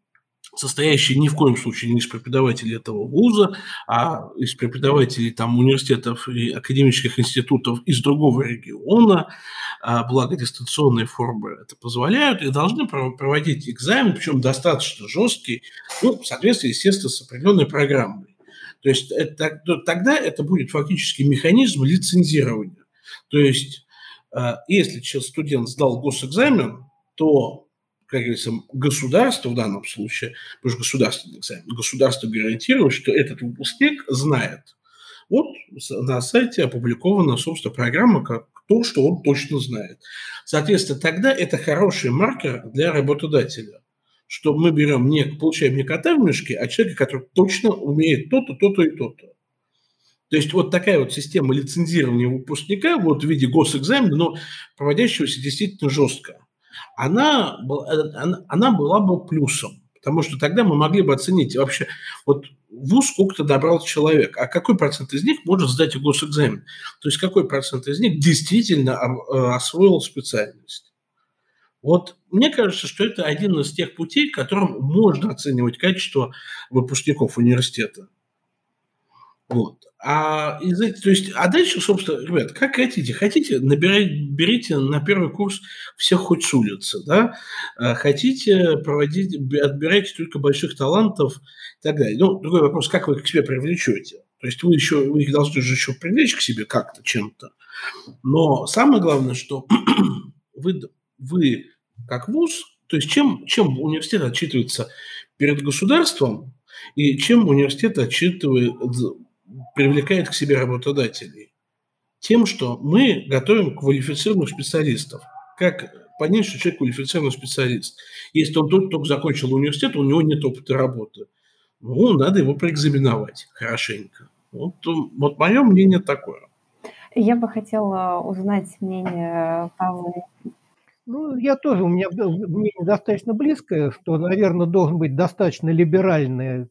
S4: состоящий ни в коем случае не из преподавателей этого вуза, а из преподавателей там университетов и академических институтов из другого региона, благо дистанционные формы это позволяют, и должны проводить экзамен, причем достаточно жесткий, в соответствии, естественно, с определенной программой. То есть тогда это будет фактически механизм лицензирования. То есть если студент сдал госэкзамен, то, как говорится, государство в данном случае, потому что государственный экзамен, государство гарантирует, что этот выпускник знает. Вот на сайте опубликована, собственно, программа, как то, что он точно знает. Соответственно, тогда это хороший маркер для работодателя, что мы получаем не кота в мешке, а человека, который точно умеет то-то, то-то и то-то. То есть вот такая вот система лицензирования выпускника вот в виде госэкзамена, но проводящегося действительно жестко, она была бы плюсом, потому что тогда мы могли бы оценить вообще, вот вуз сколько-то добрал человек, а какой процент из них может сдать госэкзамен, то есть какой процент из них действительно освоил специальность. Вот мне кажется, что это один из тех путей, которым можно оценивать качество выпускников университета. Вот. А дальше, собственно, ребят, как хотите, берите на первый курс всех хоть с улицы, да, хотите отбирайте только больших талантов и так далее. Другой вопрос, как вы их к себе привлечете. То есть вы их должны же еще привлечь к себе как-то, чем-то. Но самое главное, что вы как вуз, то есть чем университет отчитывается перед государством и чем университет привлекает к себе работодателей? Тем, что мы готовим квалифицированных специалистов. Как понять, что человек квалифицированный специалист? Если он только закончил университет, у него нет опыта работы. Надо его проэкзаменовать хорошенько. Вот мое мнение такое.
S2: Я бы хотела узнать мнение Павла.
S3: Я тоже, у меня мнение достаточно близкое, что, наверное, должен быть достаточно либеральный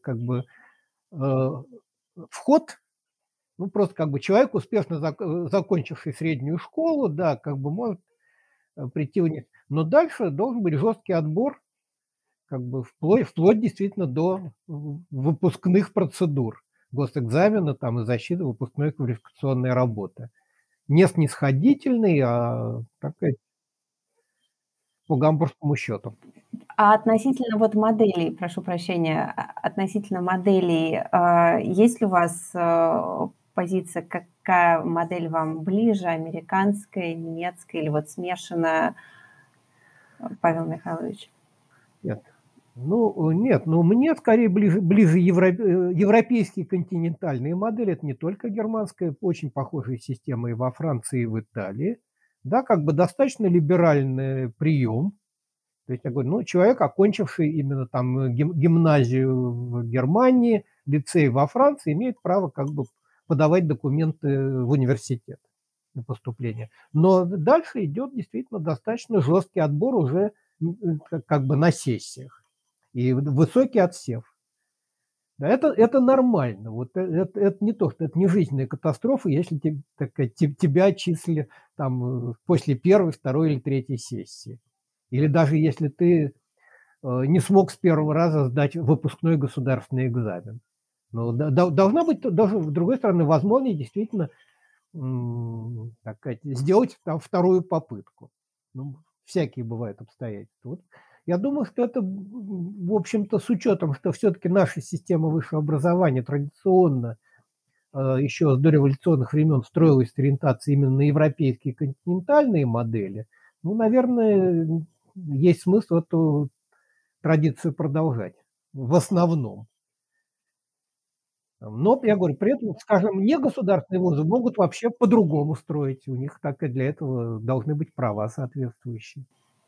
S3: вход. Просто человек, успешно закончивший среднюю школу, да, может прийти в университет. Но дальше должен быть жесткий отбор, вплоть действительно до выпускных процедур, госэкзамена и защиты выпускной квалификационной работы. Не снисходительный, а по гамбургскому счету.
S2: А относительно моделей, прошу прощения, есть ли у вас позиция, какая модель вам ближе, американская, немецкая или смешанная, Павел Михайлович?
S3: Нет. Мне скорее ближе европейские континентальные модели. Это не только германская, очень похожая система и во Франции, и в Италии. Да, достаточно либеральный прием. То есть я говорю, человек, окончивший именно гимназию в Германии, лицей во Франции, имеет право подавать документы в университет на поступление. Но дальше идет действительно достаточно жесткий отбор уже на сессиях и высокий отсев. Да, это нормально. Это не то, что это не жизненная катастрофа, если тебя отчислили после первой, второй или третьей сессии. Или даже если ты не смог с первого раза сдать выпускной государственный экзамен. Но должна быть, даже, с другой стороны, возможность действительно сделать вторую попытку. Всякие бывают обстоятельства. Я думаю, что это, в общем-то, с учетом, что все-таки наша система высшего образования традиционно еще с дореволюционных времен строилась с ориентацией именно на европейские континентальные модели, наверное, есть смысл эту традицию продолжать в основном. Но, я говорю, при этом, скажем, негосударственные вузы могут вообще по-другому строить. У них и для этого должны быть права соответствующие.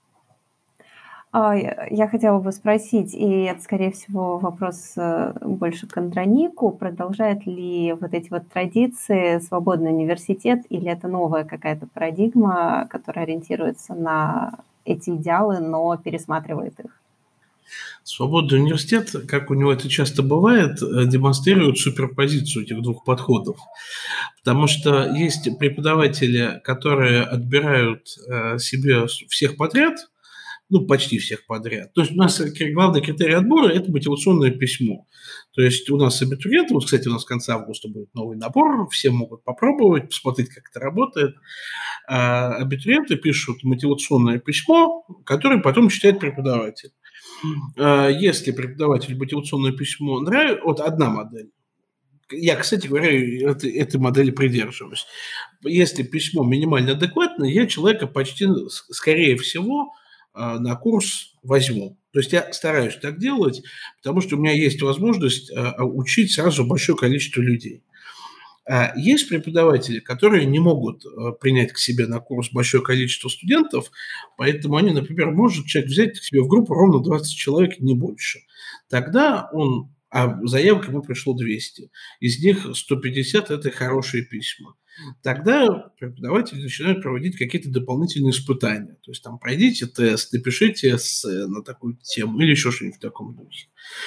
S2: Я хотела бы спросить, и это, скорее всего, вопрос больше к Андронику, продолжает ли эти традиции свободный университет, или это новая какая-то парадигма, которая ориентируется на эти идеалы, но пересматривает их?
S4: Свободный университет, как у него это часто бывает, демонстрирует суперпозицию этих двух подходов. Потому что есть преподаватели, которые отбирают себе всех подряд, ну, почти всех подряд. То есть у нас главный критерий отбора – это мотивационное письмо. То есть у нас абитуриенты, вот, кстати, у нас в конце августа будет новый набор, все могут попробовать, посмотреть, как это работает. Абитуриенты пишут мотивационное письмо, которое потом читает преподаватель. Если преподавателю мотивационное письмо нравится, вот одна модель. Я, кстати говоря, этой модели придерживаюсь. Если письмо минимально адекватное, я человека почти, скорее всего, на курс возьму. То есть я стараюсь так делать, потому что у меня есть возможность учить сразу большое количество людей. Есть преподаватели, которые не могут принять к себе на курс большое количество студентов, поэтому они, например, может человек взять к себе в группу ровно 20 человек, не больше. Тогда заявок ему пришло 200. Из них 150 – это хорошие письма. Тогда преподаватели начинают проводить какие-то дополнительные испытания. То есть там пройдите тест, напишите эссе на такую тему или еще что-нибудь в таком духе.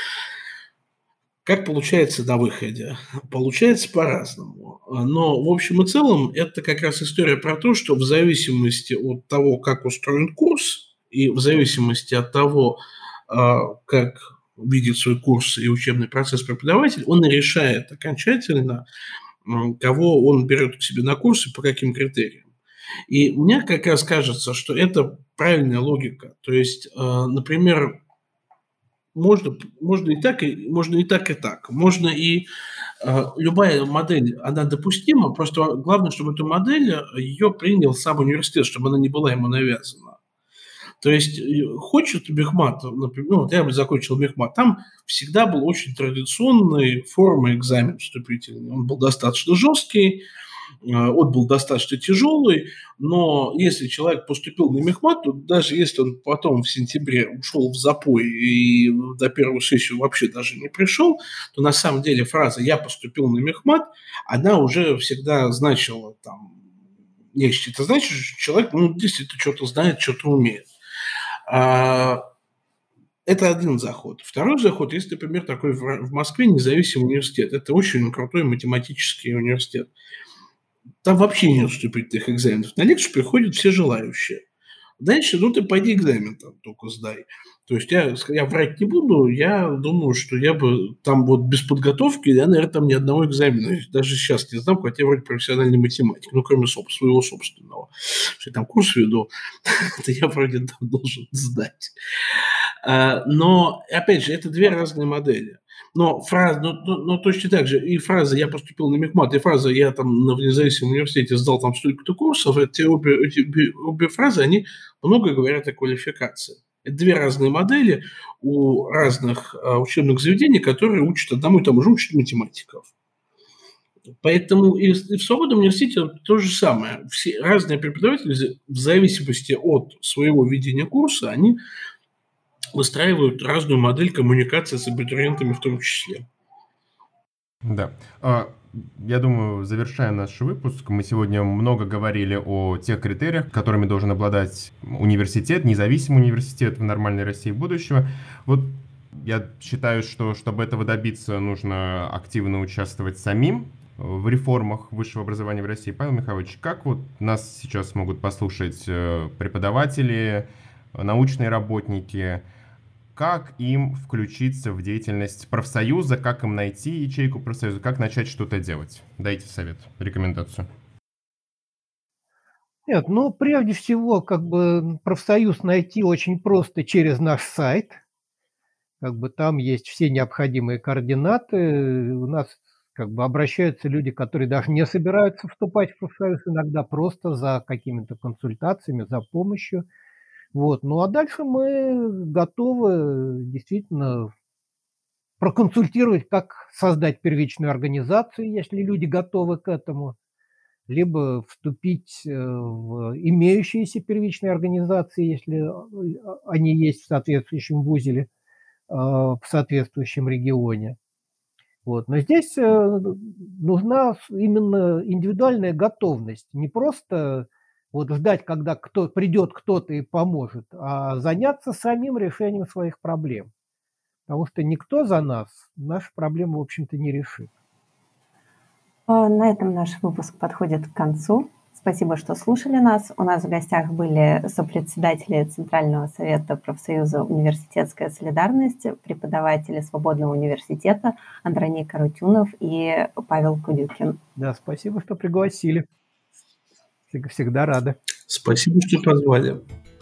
S4: Как получается на выходе? Получается по-разному. Но в общем и целом это как раз история про то, что в зависимости от того, как устроен курс, и в зависимости от того, как видит свой курс и учебный процесс преподаватель, он и решает окончательно, кого он берет к себе на курс и по каким критериям. И мне как раз кажется, что это правильная логика. То есть, например, можно и так, можно и так, и так. Можно и любая модель, она допустима, просто главное, чтобы эту модель, ее принял сам университет, чтобы она не была ему навязана. То есть хочет мехмат, например, ну, вот я бы закончил мехмат, там всегда был очень традиционной формы экзамен вступительный. Он был достаточно жесткий, он был достаточно тяжелый, но если человек поступил на мехмат, то даже если он потом в сентябре ушел в запой и до первой сессии вообще даже не пришел, то на самом деле фраза «я поступил на мехмат», она уже всегда значила там нечто. Это значит, что человек действительно что-то знает, что-то умеет. Это один заход. Второй заход, есть, например, такой в Москве независимый университет. Это очень крутой математический университет. Там вообще нет вступительных экзаменов. На лекцию приходят все желающие. Дальше, ты пойди экзамен там только сдай. То есть я врать не буду, я думаю, что я бы там вот без подготовки, я, наверное, там ни одного экзамена даже сейчас не знаю, хотя я вроде профессиональный математик, кроме своего собственного. Что я там курс веду, это я вроде должен сдать. Но, опять же, это две разные модели. Но точно так же и фраза «я поступил на мехмат», и фраза «я там на независимом университете сдал там столько-то курсов», эти обе фразы, они много говорят о квалификации. Это две разные модели у разных учебных заведений, которые учат одному и тому же, учат математиков. Поэтому и в свободном университете то же самое. Все разные преподаватели в зависимости от своего видения курса, они выстраивают разную модель коммуникации с абитуриентами в том числе.
S1: Да. Я думаю, завершая наш выпуск, мы сегодня много говорили о тех критериях, которыми должен обладать университет, независимый университет в нормальной России будущего. Вот я считаю, что чтобы этого добиться, нужно активно участвовать самим в реформах высшего образования в России. Павел Михайлович, как вот нас сейчас могут послушать преподаватели, научные работники, как им включиться в деятельность профсоюза, как им найти ячейку профсоюза, как начать что-то делать? Дайте совет, рекомендацию.
S3: Нет, прежде всего, профсоюз найти очень просто через наш сайт. Там есть все необходимые координаты. У нас обращаются люди, которые даже не собираются вступать в профсоюз, иногда просто за какими-то консультациями, за помощью. А дальше мы готовы действительно проконсультировать, как создать первичную организацию, если люди готовы к этому, либо вступить в имеющиеся первичные организации, если они есть в соответствующем вузе или в соответствующем регионе. Но здесь нужна именно индивидуальная готовность, не просто ждать, когда придет кто-то и поможет, а заняться самим решением своих проблем. Потому что никто за нас наши проблемы, в общем-то, не решит.
S2: На этом наш выпуск подходит к концу. Спасибо, что слушали нас. У нас в гостях были сопредседатели Центрального совета профсоюза «Университетская солидарность», преподаватели Свободного университета Андроник Арутюнов и Павел Кудюкин.
S3: Да, спасибо, что пригласили. Всегда рады.
S4: Спасибо, что позвали.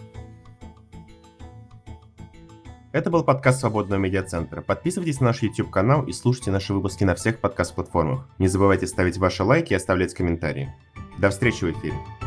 S1: Это был подкаст Свободного медиацентра. Подписывайтесь на наш YouTube-канал и слушайте наши выпуски на всех подкаст-платформах. Не забывайте ставить ваши лайки и оставлять комментарии. До встречи в эфире.